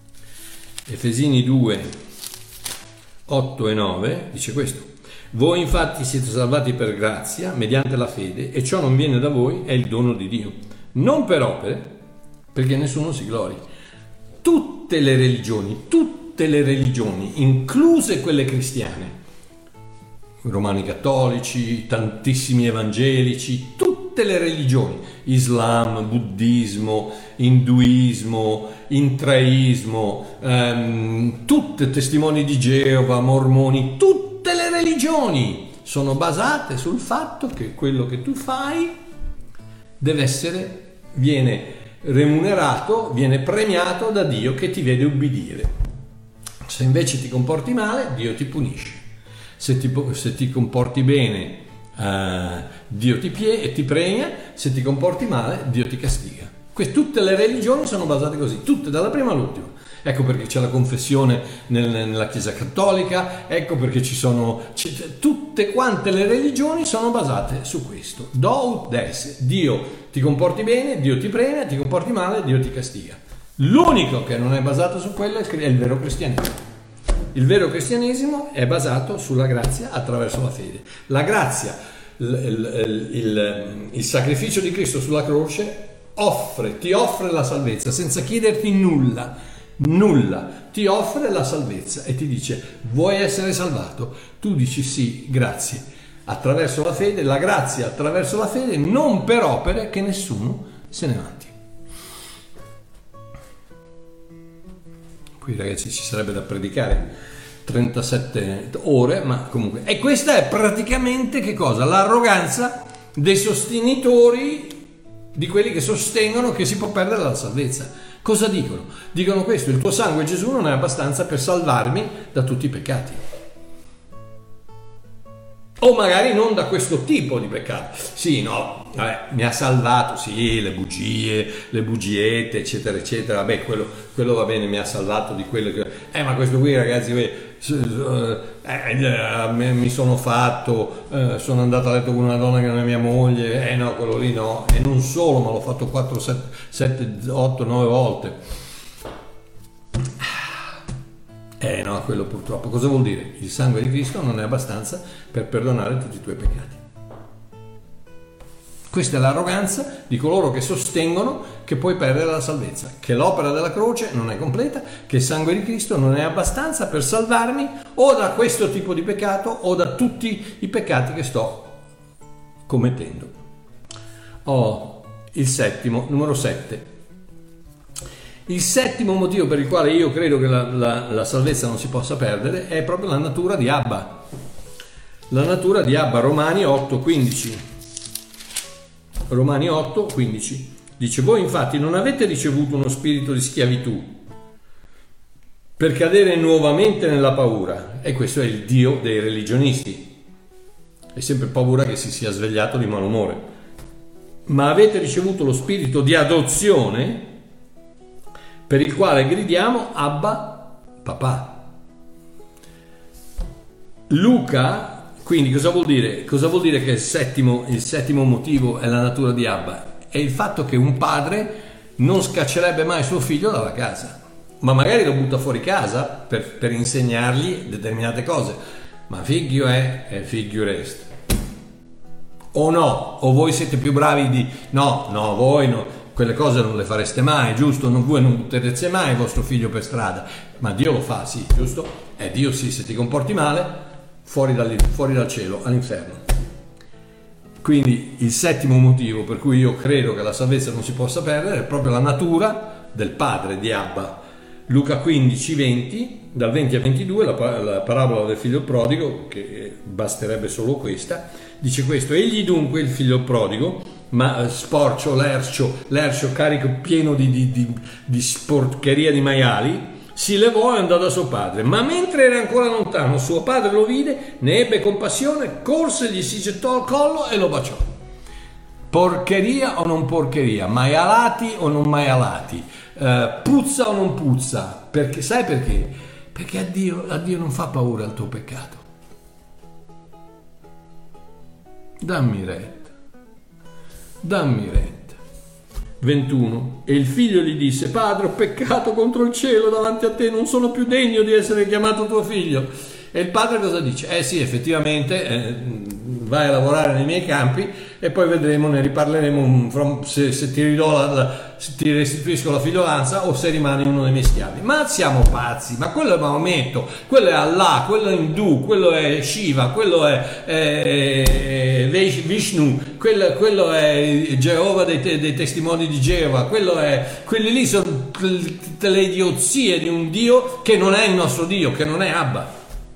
Speaker 1: 8 e 9 dice questo: voi infatti siete salvati per grazia, mediante la fede, e ciò non viene da voi, è il dono di Dio, non per opere, perché nessuno si glori. Tutte le religioni, incluse quelle cristiane, romani cattolici, tantissimi evangelici, tutte tutte le religioni, Islam, Buddismo, Induismo, Intraismo, tutte, testimoni di Geova, Mormoni, tutte le religioni sono basate sul fatto che quello che tu fai viene remunerato, viene premiato da Dio che ti vede ubbidire. Se invece ti comporti male, Dio ti punisce. Se ti comporti bene, Dio ti premia. Se ti comporti male, Dio ti castiga. Tutte le religioni sono basate così, tutte, dalla prima all'ultima. Ecco perché c'è la confessione nella Chiesa Cattolica, ecco perché tutte quante le religioni sono basate su questo. Do ut des, Dio ti comporti bene, Dio ti premia, ti comporti male, Dio ti castiga. L'unico che non è basato su quello è il vero cristianesimo. Il vero cristianesimo è basato sulla grazia attraverso la fede. La grazia, il sacrificio di Cristo sulla croce ti offre la salvezza senza chiederti nulla, ti offre la salvezza e ti dice: vuoi essere salvato? Tu dici sì, grazie, attraverso la fede, la grazia attraverso la fede, non per opere che nessuno se ne vanti. Qui ragazzi ci sarebbe da predicare 37 ore, ma comunque, e questa è praticamente che cosa? L'arroganza dei sostenitori, di quelli che sostengono che si può perdere la salvezza. Cosa dicono? Dicono questo: il tuo sangue, Gesù, non è abbastanza per salvarmi da tutti i peccati. O magari non da questo tipo di peccato. Sì, no, vabbè, mi ha salvato, sì, le bugie, le bugiette, eccetera, eccetera. Vabbè, quello va bene, mi ha salvato di quello che... ma questo qui, ragazzi, mi sono fatto, sono andato a letto con una donna che non è mia moglie, no, quello lì no. E non solo, ma l'ho fatto 4, 7, 8, 9 volte. No, quello purtroppo. Cosa vuol dire? Il sangue di Cristo non è abbastanza per perdonare tutti i tuoi peccati. Questa è l'arroganza di coloro che sostengono che puoi perdere la salvezza, che l'opera della croce non è completa, che il sangue di Cristo non è abbastanza per salvarmi o da questo tipo di peccato o da tutti i peccati che sto commettendo. Il settimo, numero 7. Il settimo motivo per il quale io credo che la salvezza non si possa perdere è proprio la natura di Abba. La natura di Abba, Romani 8:15. Romani 8:15 dice: voi infatti non avete ricevuto uno spirito di schiavitù per cadere nuovamente nella paura. E questo è il Dio dei religionisti. È sempre paura che si sia svegliato di malumore. Ma avete ricevuto lo spirito di adozione, per il quale gridiamo Abba, papà. Luca, quindi cosa vuol dire? Cosa vuol dire che il settimo motivo è la natura di Abba? È il fatto che un padre non scaccerebbe mai suo figlio dalla casa, ma magari lo butta fuori casa per insegnargli determinate cose. Ma figlio è figlio resta. O no? O voi siete più bravi di... No, voi no. Quelle cose non le fareste mai, giusto? Voi non butterete mai il vostro figlio per strada, ma Dio lo fa, sì, giusto? Dio sì, se ti comporti male, fuori dal cielo, all'inferno. Quindi il settimo motivo per cui io credo che la salvezza non si possa perdere è proprio la natura del padre di Abba. Luca 15:20, dal 20 al 22, la parabola del figlio prodigo, che basterebbe solo questa, dice questo: egli dunque, il figlio prodigo, ma sporcio, lercio carico, pieno di sporcheria di maiali, si levò e andò da suo padre. Ma mentre era ancora lontano, suo padre lo vide, ne ebbe compassione, corse, gli si gettò al collo e lo baciò. Porcheria o non porcheria? Maialati o non maialati? Puzza o non puzza? Perché, sai perché? Perché a Dio non fa paura il tuo peccato. Dammi retta. 21. E il figlio gli disse: padre, ho peccato contro il cielo davanti a te, non sono più degno di essere chiamato tuo figlio. E il padre cosa dice? Sì, effettivamente vai a lavorare nei miei campi e poi vedremo, ne riparleremo se ti se ti restituisco la figliolanza o se rimani uno dei miei schiavi. Ma siamo pazzi, ma quello è Maometto, quello è Allah, quello è Hindu, quello è Shiva, quello è Vishnu, quello è Geova dei testimoni di Geova, quelli lì sono le idiozie di un Dio che non è il nostro Dio, che non è Abba.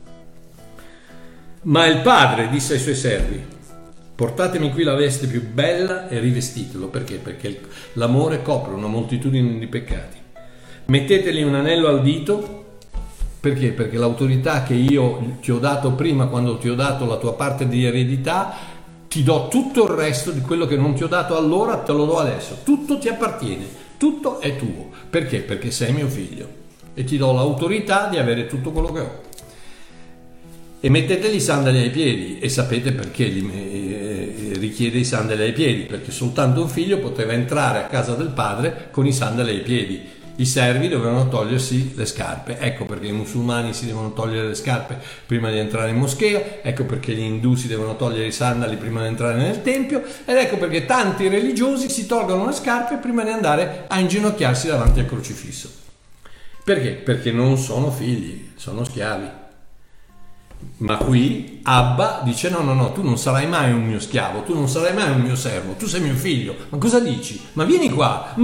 Speaker 1: Ma il padre disse ai suoi servi: portatemi qui la veste più bella e rivestitelo. Perché? Perché l'amore copre una moltitudine di peccati. Metteteli un anello al dito. Perché? Perché l'autorità che io ti ho dato prima, quando ti ho dato la tua parte di eredità, ti do tutto il resto di quello che non ti ho dato allora, te lo do adesso. Tutto ti appartiene, tutto è tuo. Perché? Perché sei mio figlio e ti do l'autorità di avere tutto quello che ho. E metteteli i sandali ai piedi. E sapete perché richiede i sandali ai piedi? Perché soltanto un figlio poteva entrare a casa del padre con i sandali ai piedi. I servi dovevano togliersi le scarpe. Ecco perché i musulmani si devono togliere le scarpe prima di entrare in moschea, ecco perché gli indù si devono togliere i sandali prima di entrare nel tempio, ed ecco perché tanti religiosi si tolgono le scarpe prima di andare a inginocchiarsi davanti al crocifisso. Perché? Perché non sono figli, sono schiavi. Ma qui Abba dice no, tu non sarai mai un mio schiavo, tu non sarai mai un mio servo, tu sei mio figlio. Ma cosa dici? Ma vieni qua.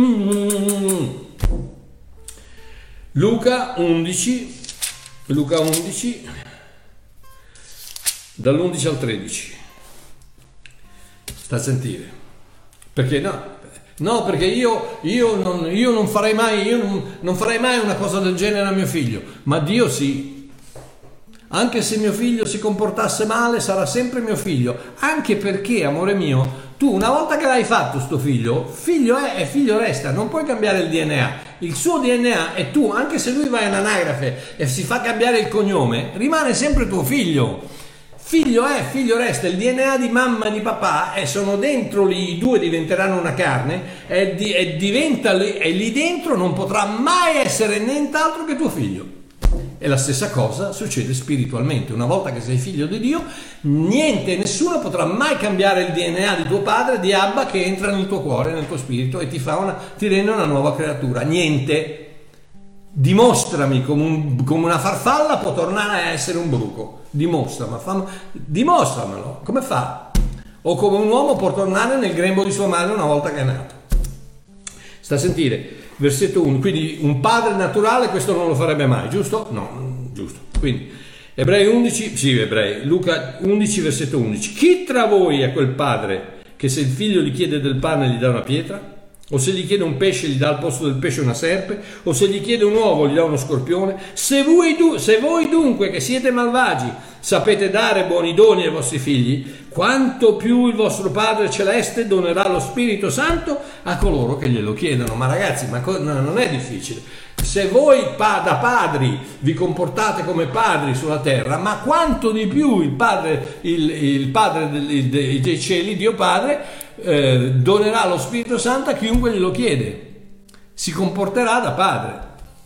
Speaker 1: Luca 11, dall'11 al 13. Sta a sentire. Perché no, perché io non farei mai, non farei mai una cosa del genere a mio figlio. Ma Dio sì. Anche se mio figlio si comportasse male, sarà sempre mio figlio. Anche perché, amore mio, tu una volta che l'hai fatto sto figlio è e figlio resta. Non puoi cambiare il DNA. Il suo DNA è tu. Anche se lui va in anagrafe e si fa cambiare il cognome, rimane sempre tuo figlio. Figlio è, figlio resta. Il DNA di mamma e di papà sono dentro lì, i due diventeranno una carne e lì dentro non potrà mai essere nient'altro che tuo figlio. E la stessa cosa succede spiritualmente. Una volta che sei figlio di Dio, niente e nessuno potrà mai cambiare il DNA di tuo padre, di Abba, che entra nel tuo cuore, nel tuo spirito e ti rende una nuova creatura. Niente. Dimostrami come una farfalla può tornare a essere un bruco. Dimostramelo. Come fa? O come un uomo può tornare nel grembo di sua madre una volta che è nato. Sta a sentire. Versetto 1, quindi un padre naturale questo non lo farebbe mai, giusto? No, giusto. Quindi Luca 11, versetto 11. Chi tra voi è quel padre che se il figlio gli chiede del pane gli dà una pietra? O se gli chiede un pesce gli dà al posto del pesce una serpe? O se gli chiede un uovo gli dà uno scorpione? Se voi dunque che siete malvagi sapete dare buoni doni ai vostri figli, quanto più il vostro Padre Celeste donerà lo Spirito Santo a coloro che glielo chiedono. Ma ragazzi, non è difficile. Se voi da padri vi comportate come padri sulla terra, ma quanto di più il Padre dei cieli, Dio Padre, donerà lo Spirito Santo a chiunque glielo chiede. Si comporterà da padre.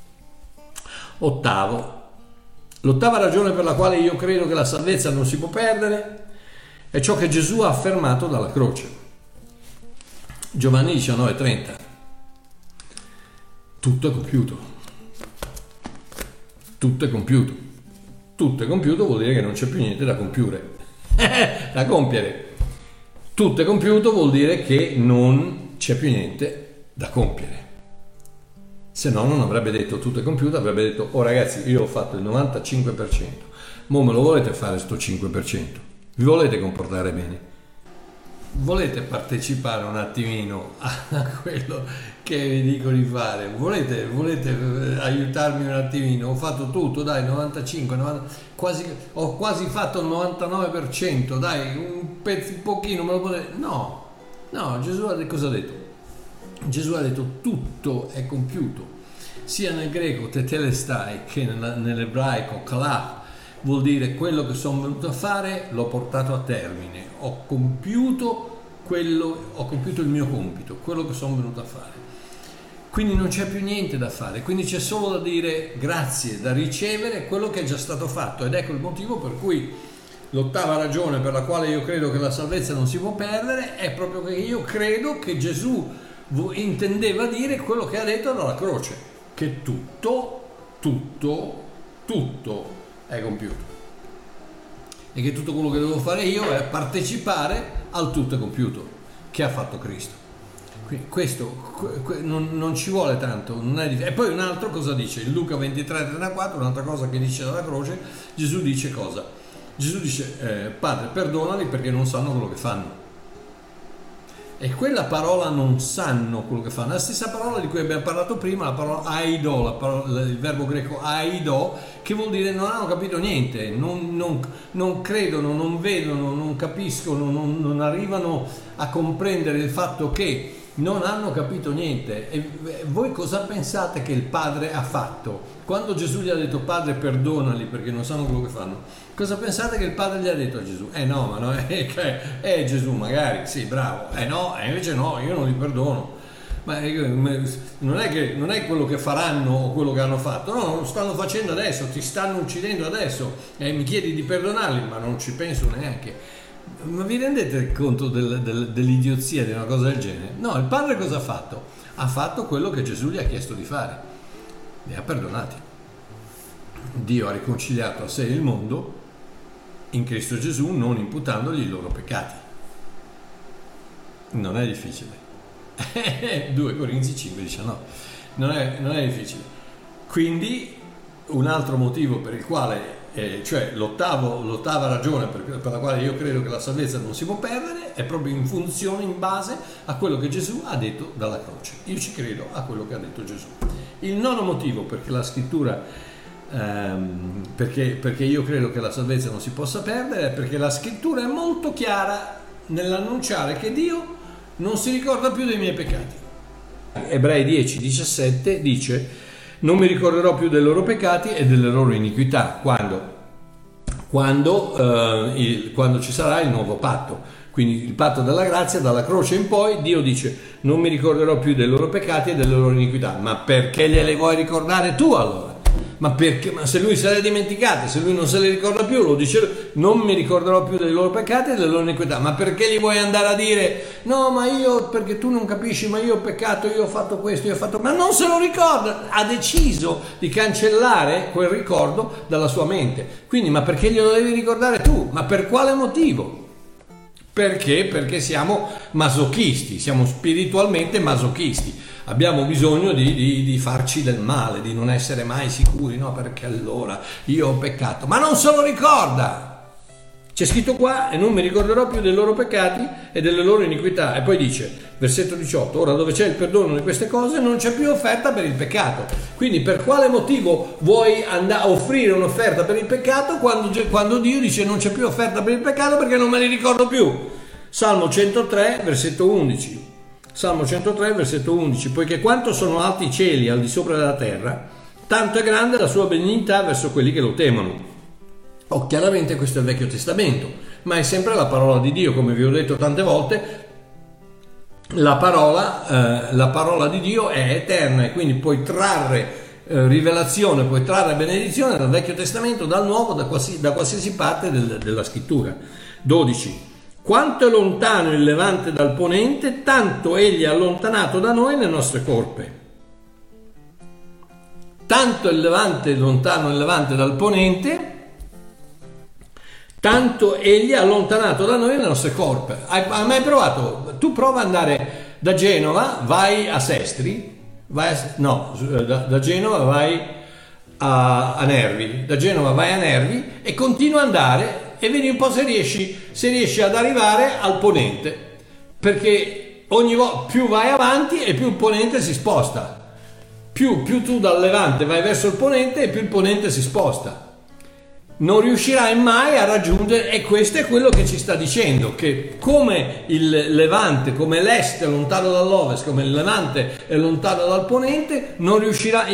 Speaker 1: L'ottava ragione per la quale io credo che la salvezza non si può perdere è ciò che Gesù ha affermato dalla croce. Giovanni 19:30. Tutto è compiuto. Tutto è compiuto. Tutto è compiuto vuol dire che non c'è più niente da compiere. Da compiere. Tutto è compiuto vuol dire che non c'è più niente da compiere. Se no non avrebbe detto tutto è compiuto, avrebbe detto oh ragazzi, io ho fatto il 95%, mo me lo volete fare sto 5%? Vi volete comportare bene? Volete partecipare un attimino a quello che vi dico di fare? Volete aiutarmi un attimino? Ho fatto tutto, dai, 95, 90, ho quasi fatto il 99%, dai, un pochino me lo potete... No, Gesù cosa ha detto? Gesù ha detto tutto è compiuto, sia nel greco tetelestai che nell'ebraico kalaf, vuol dire quello che sono venuto a fare l'ho portato a termine, ho compiuto il mio compito, quello che sono venuto a fare. Quindi non c'è più niente da fare, quindi c'è solo da dire grazie, da ricevere quello che è già stato fatto, ed ecco il motivo per cui l'ottava ragione per la quale io credo che la salvezza non si può perdere è proprio che io credo che Gesù intendeva dire quello che ha detto dalla croce, che tutto è compiuto e che tutto quello che devo fare io è partecipare al tutto è compiuto che ha fatto Cristo. Quindi questo non ci vuole tanto, non è e poi un altro cosa dice in Luca 23:34, un'altra cosa che dice dalla croce. Gesù dice cosa? Gesù dice Padre, perdonali perché non sanno quello che fanno. E quella parola non sanno quello che fanno, è la stessa parola di cui abbiamo parlato prima, la parola aido, il verbo greco aido, che vuol dire non hanno capito niente, non credono, non vedono, non capiscono, non arrivano a comprendere il fatto che non hanno capito niente. E voi cosa pensate che il Padre ha fatto? Quando Gesù gli ha detto Padre perdonali perché non sanno quello che fanno, cosa pensate che il Padre gli ha detto a Gesù? No, ma no, Gesù magari, sì, bravo, no, invece no, io non li perdono. Ma non è quello che faranno o quello che hanno fatto, no, lo stanno facendo adesso, ti stanno uccidendo adesso e mi chiedi di perdonarli, ma non ci penso neanche. Ma vi rendete conto dell'idiozia di una cosa del genere? No, il Padre cosa ha fatto? Ha fatto quello che Gesù gli ha chiesto di fare, li ha perdonati. Dio ha riconciliato a sé il mondo in Cristo Gesù, non imputandogli i loro peccati. Non è difficile. 2 Corinzi 5:19. Non è difficile. Quindi un altro motivo per il quale cioè l'ottava ragione per la quale io credo che la salvezza non si può perdere è proprio in funzione, in base a quello che Gesù ha detto dalla croce. Io ci credo a quello che ha detto Gesù. Il nono motivo perché la scrittura perché io credo che la salvezza non si possa perdere è perché la scrittura è molto chiara nell'annunciare che Dio non si ricorda più dei miei peccati. Ebrei 10:17 dice: non mi ricorderò più dei loro peccati e delle loro iniquità. Quando ci sarà il nuovo patto, quindi il patto della grazia, dalla croce in poi Dio dice non mi ricorderò più dei loro peccati e delle loro iniquità. Ma perché gliele vuoi ricordare tu allora? Ma perché? Ma se lui se le ha dimenticate, se lui non se le ricorda più, lo dice non mi ricorderò più dei loro peccati e delle loro iniquità. Ma perché gli vuoi andare a dire no, ma io, perché tu non capisci, ma io ho peccato, io ho fatto questo, io ho fatto... Ma non se lo ricorda, ha deciso di cancellare quel ricordo dalla sua mente. Quindi ma perché glielo devi ricordare tu? Ma per quale motivo? Perché? Perché siamo masochisti, siamo spiritualmente masochisti. Abbiamo bisogno di farci del male, di non essere mai sicuri, no? Perché allora io ho peccato, ma non se lo ricorda. C'è scritto qua e non mi ricorderò più dei loro peccati e delle loro iniquità. E poi dice, versetto 18, ora dove c'è il perdono di queste cose non c'è più offerta per il peccato. Quindi per quale motivo vuoi andare a offrire un'offerta per il peccato quando Dio dice non c'è più offerta per il peccato perché non me li ricordo più? Salmo 103, versetto 11. Salmo 103, versetto 11, poiché quanto sono alti i cieli al di sopra della terra, tanto è grande la sua benignità verso quelli che lo temono. Chiaramente questo è il Vecchio Testamento, ma è sempre la parola di Dio, come vi ho detto tante volte, la parola di Dio è eterna e quindi puoi trarre rivelazione, puoi trarre benedizione dal Vecchio Testamento, dal Nuovo, da qualsiasi parte della Scrittura. 12. Quanto è lontano il Levante dal Ponente, tanto egli è allontanato da noi le nostre colpe. Tanto il Levante lontano il Levante dal Ponente, tanto egli è allontanato da noi le nostre colpe. Hai mai provato? Tu prova ad andare da Genova, vai a Sestri, da Genova vai a Nervi, da Genova vai a Nervi e continua ad andare e vedi un po' se riesci ad arrivare al ponente, perché ogni volta più vai avanti e più il ponente si sposta, più tu dal Levante vai verso il ponente e più il ponente si sposta. Non riuscirai mai a raggiungere, e questo è quello che ci sta dicendo, che come il Levante, come l'Est è lontano dall'Ovest, come il Levante è lontano dal Ponente, non riuscirà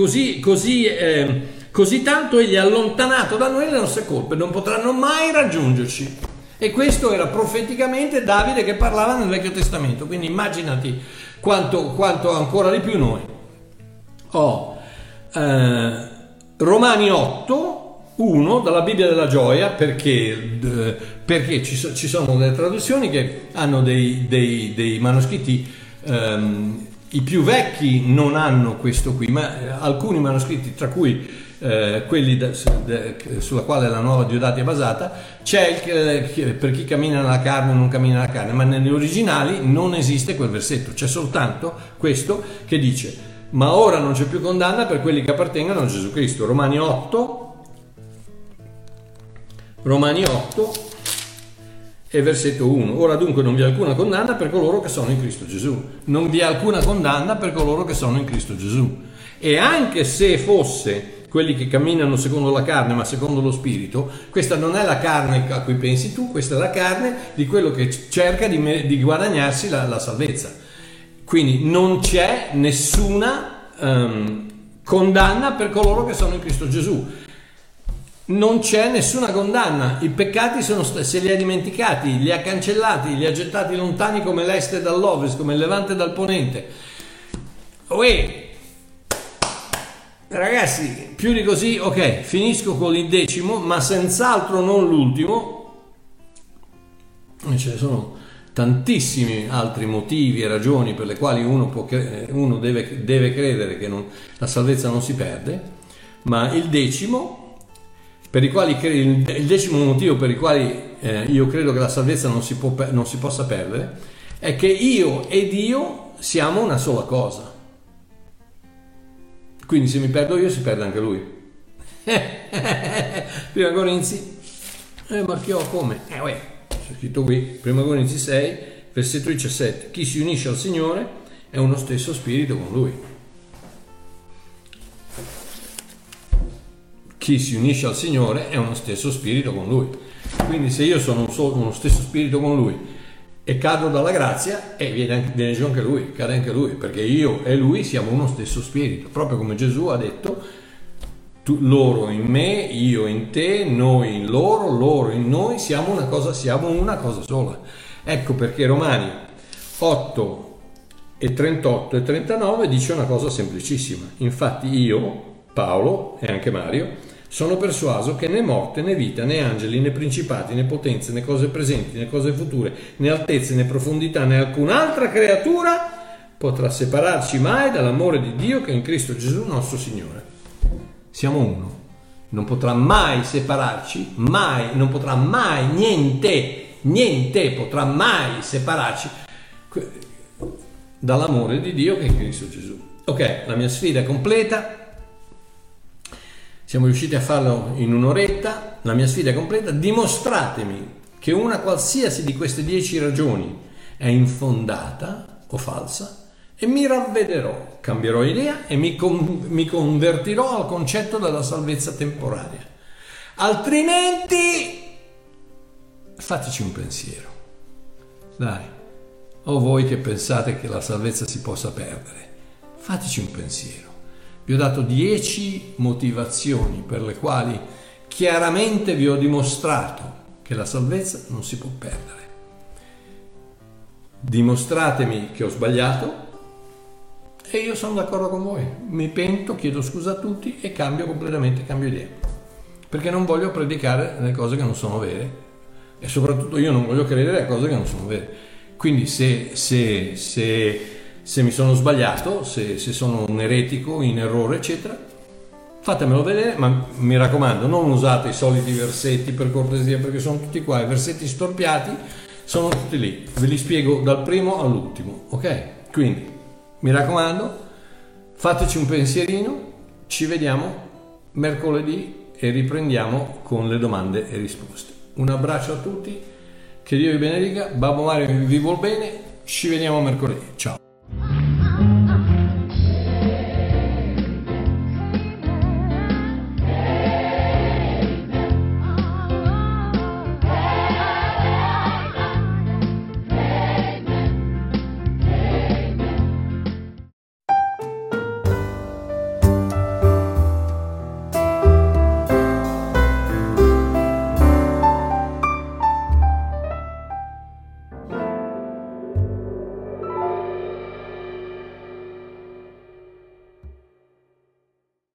Speaker 1: così tanto egli è allontanato da noi le nostre colpe, non potranno mai raggiungerci. E questo era profeticamente Davide che parlava nel Vecchio Testamento, quindi immaginati quanto ancora di più noi. Romani 8, 1 dalla Bibbia della Gioia, perché ci sono delle traduzioni che hanno dei manoscritti, i più vecchi non hanno questo qui, ma alcuni manoscritti, tra cui quelli sulla quale la Nuova Diodati è basata, c'è per chi cammina nella carne non cammina nella carne, ma negli originali non esiste quel versetto, c'è soltanto questo che dice: ma ora non c'è più condanna per quelli che appartengono a Gesù Cristo. Romani 8 e versetto 1. Ora dunque non vi è alcuna condanna per coloro che sono in Cristo Gesù. Non vi è alcuna condanna per coloro che sono in Cristo Gesù. E anche se fosse quelli che camminano secondo la carne ma secondo lo spirito, questa non è la carne a cui pensi tu, questa è la carne di quello che cerca di guadagnarsi la salvezza. Quindi non c'è nessuna condanna per coloro che sono in Cristo Gesù. Non c'è nessuna condanna, i peccati se li ha dimenticati, li ha cancellati, li ha gettati lontani come l'est dall'ovest, come il levante dal ponente. Ragazzi, più di così, ok, finisco con il 10°, ma senz'altro non l'ultimo. Ce ne sono tantissimi altri motivi e ragioni per le quali uno deve credere che la salvezza non si perde, ma il 10°, il 10° motivo per il quale io credo che la salvezza non si possa perdere è che io e Dio siamo una sola cosa. Quindi se mi perdo io, si perde anche lui. Prima Corinzi, marchiò come? C'è scritto qui, Prima Corinzi 6, versetto 17: chi si unisce al Signore è uno stesso spirito con lui. Chi si unisce al Signore è uno stesso spirito con lui. Quindi se io sono uno stesso spirito con lui e cado dalla grazia, viene giù anche lui, cade anche lui, perché io e lui siamo uno stesso spirito, proprio come Gesù ha detto: loro in me, io in te, noi in loro in noi, siamo una cosa sola. Ecco perché Romani 8 e 38 e 39 dice una cosa semplicissima: infatti io, Paolo e anche Mario, sono persuaso che né morte, né vita, né angeli, né principati, né potenze, né cose presenti, né cose future, né altezze, né profondità, né alcun'altra creatura potrà separarci mai dall'amore di Dio che è in Cristo Gesù nostro Signore. Siamo uno. Non potrà mai separarci, mai, non potrà mai, niente potrà mai separarci dall'amore di Dio che è in Cristo Gesù. Ok, la mia sfida è completa. Siamo riusciti a farlo in un'oretta. La mia sfida è completa. Dimostratemi che una qualsiasi di queste 10 ragioni è infondata o falsa e mi ravvederò, cambierò idea e mi convertirò al concetto della salvezza temporanea. Altrimenti fateci un pensiero. Dai, o voi che pensate che la salvezza si possa perdere, fateci un pensiero. Vi ho dato 10 motivazioni per le quali chiaramente vi ho dimostrato che la salvezza non si può perdere. Dimostratemi che ho sbagliato e io sono d'accordo con voi. Mi pento, chiedo scusa a tutti e cambio idea. Perché non voglio predicare le cose che non sono vere e soprattutto io non voglio credere a cose che non sono vere. Quindi se mi sono sbagliato, se sono un eretico, in errore, eccetera, fatemelo vedere, ma mi raccomando, non usate i soliti versetti per cortesia, perché sono tutti qua, i versetti storpiati sono tutti lì, ve li spiego dal primo all'ultimo, ok? Quindi, mi raccomando, fateci un pensierino, ci vediamo mercoledì e riprendiamo con le domande e risposte. Un abbraccio a tutti, che Dio vi benedica, Babbo Mario vi vuol bene, ci vediamo mercoledì, ciao!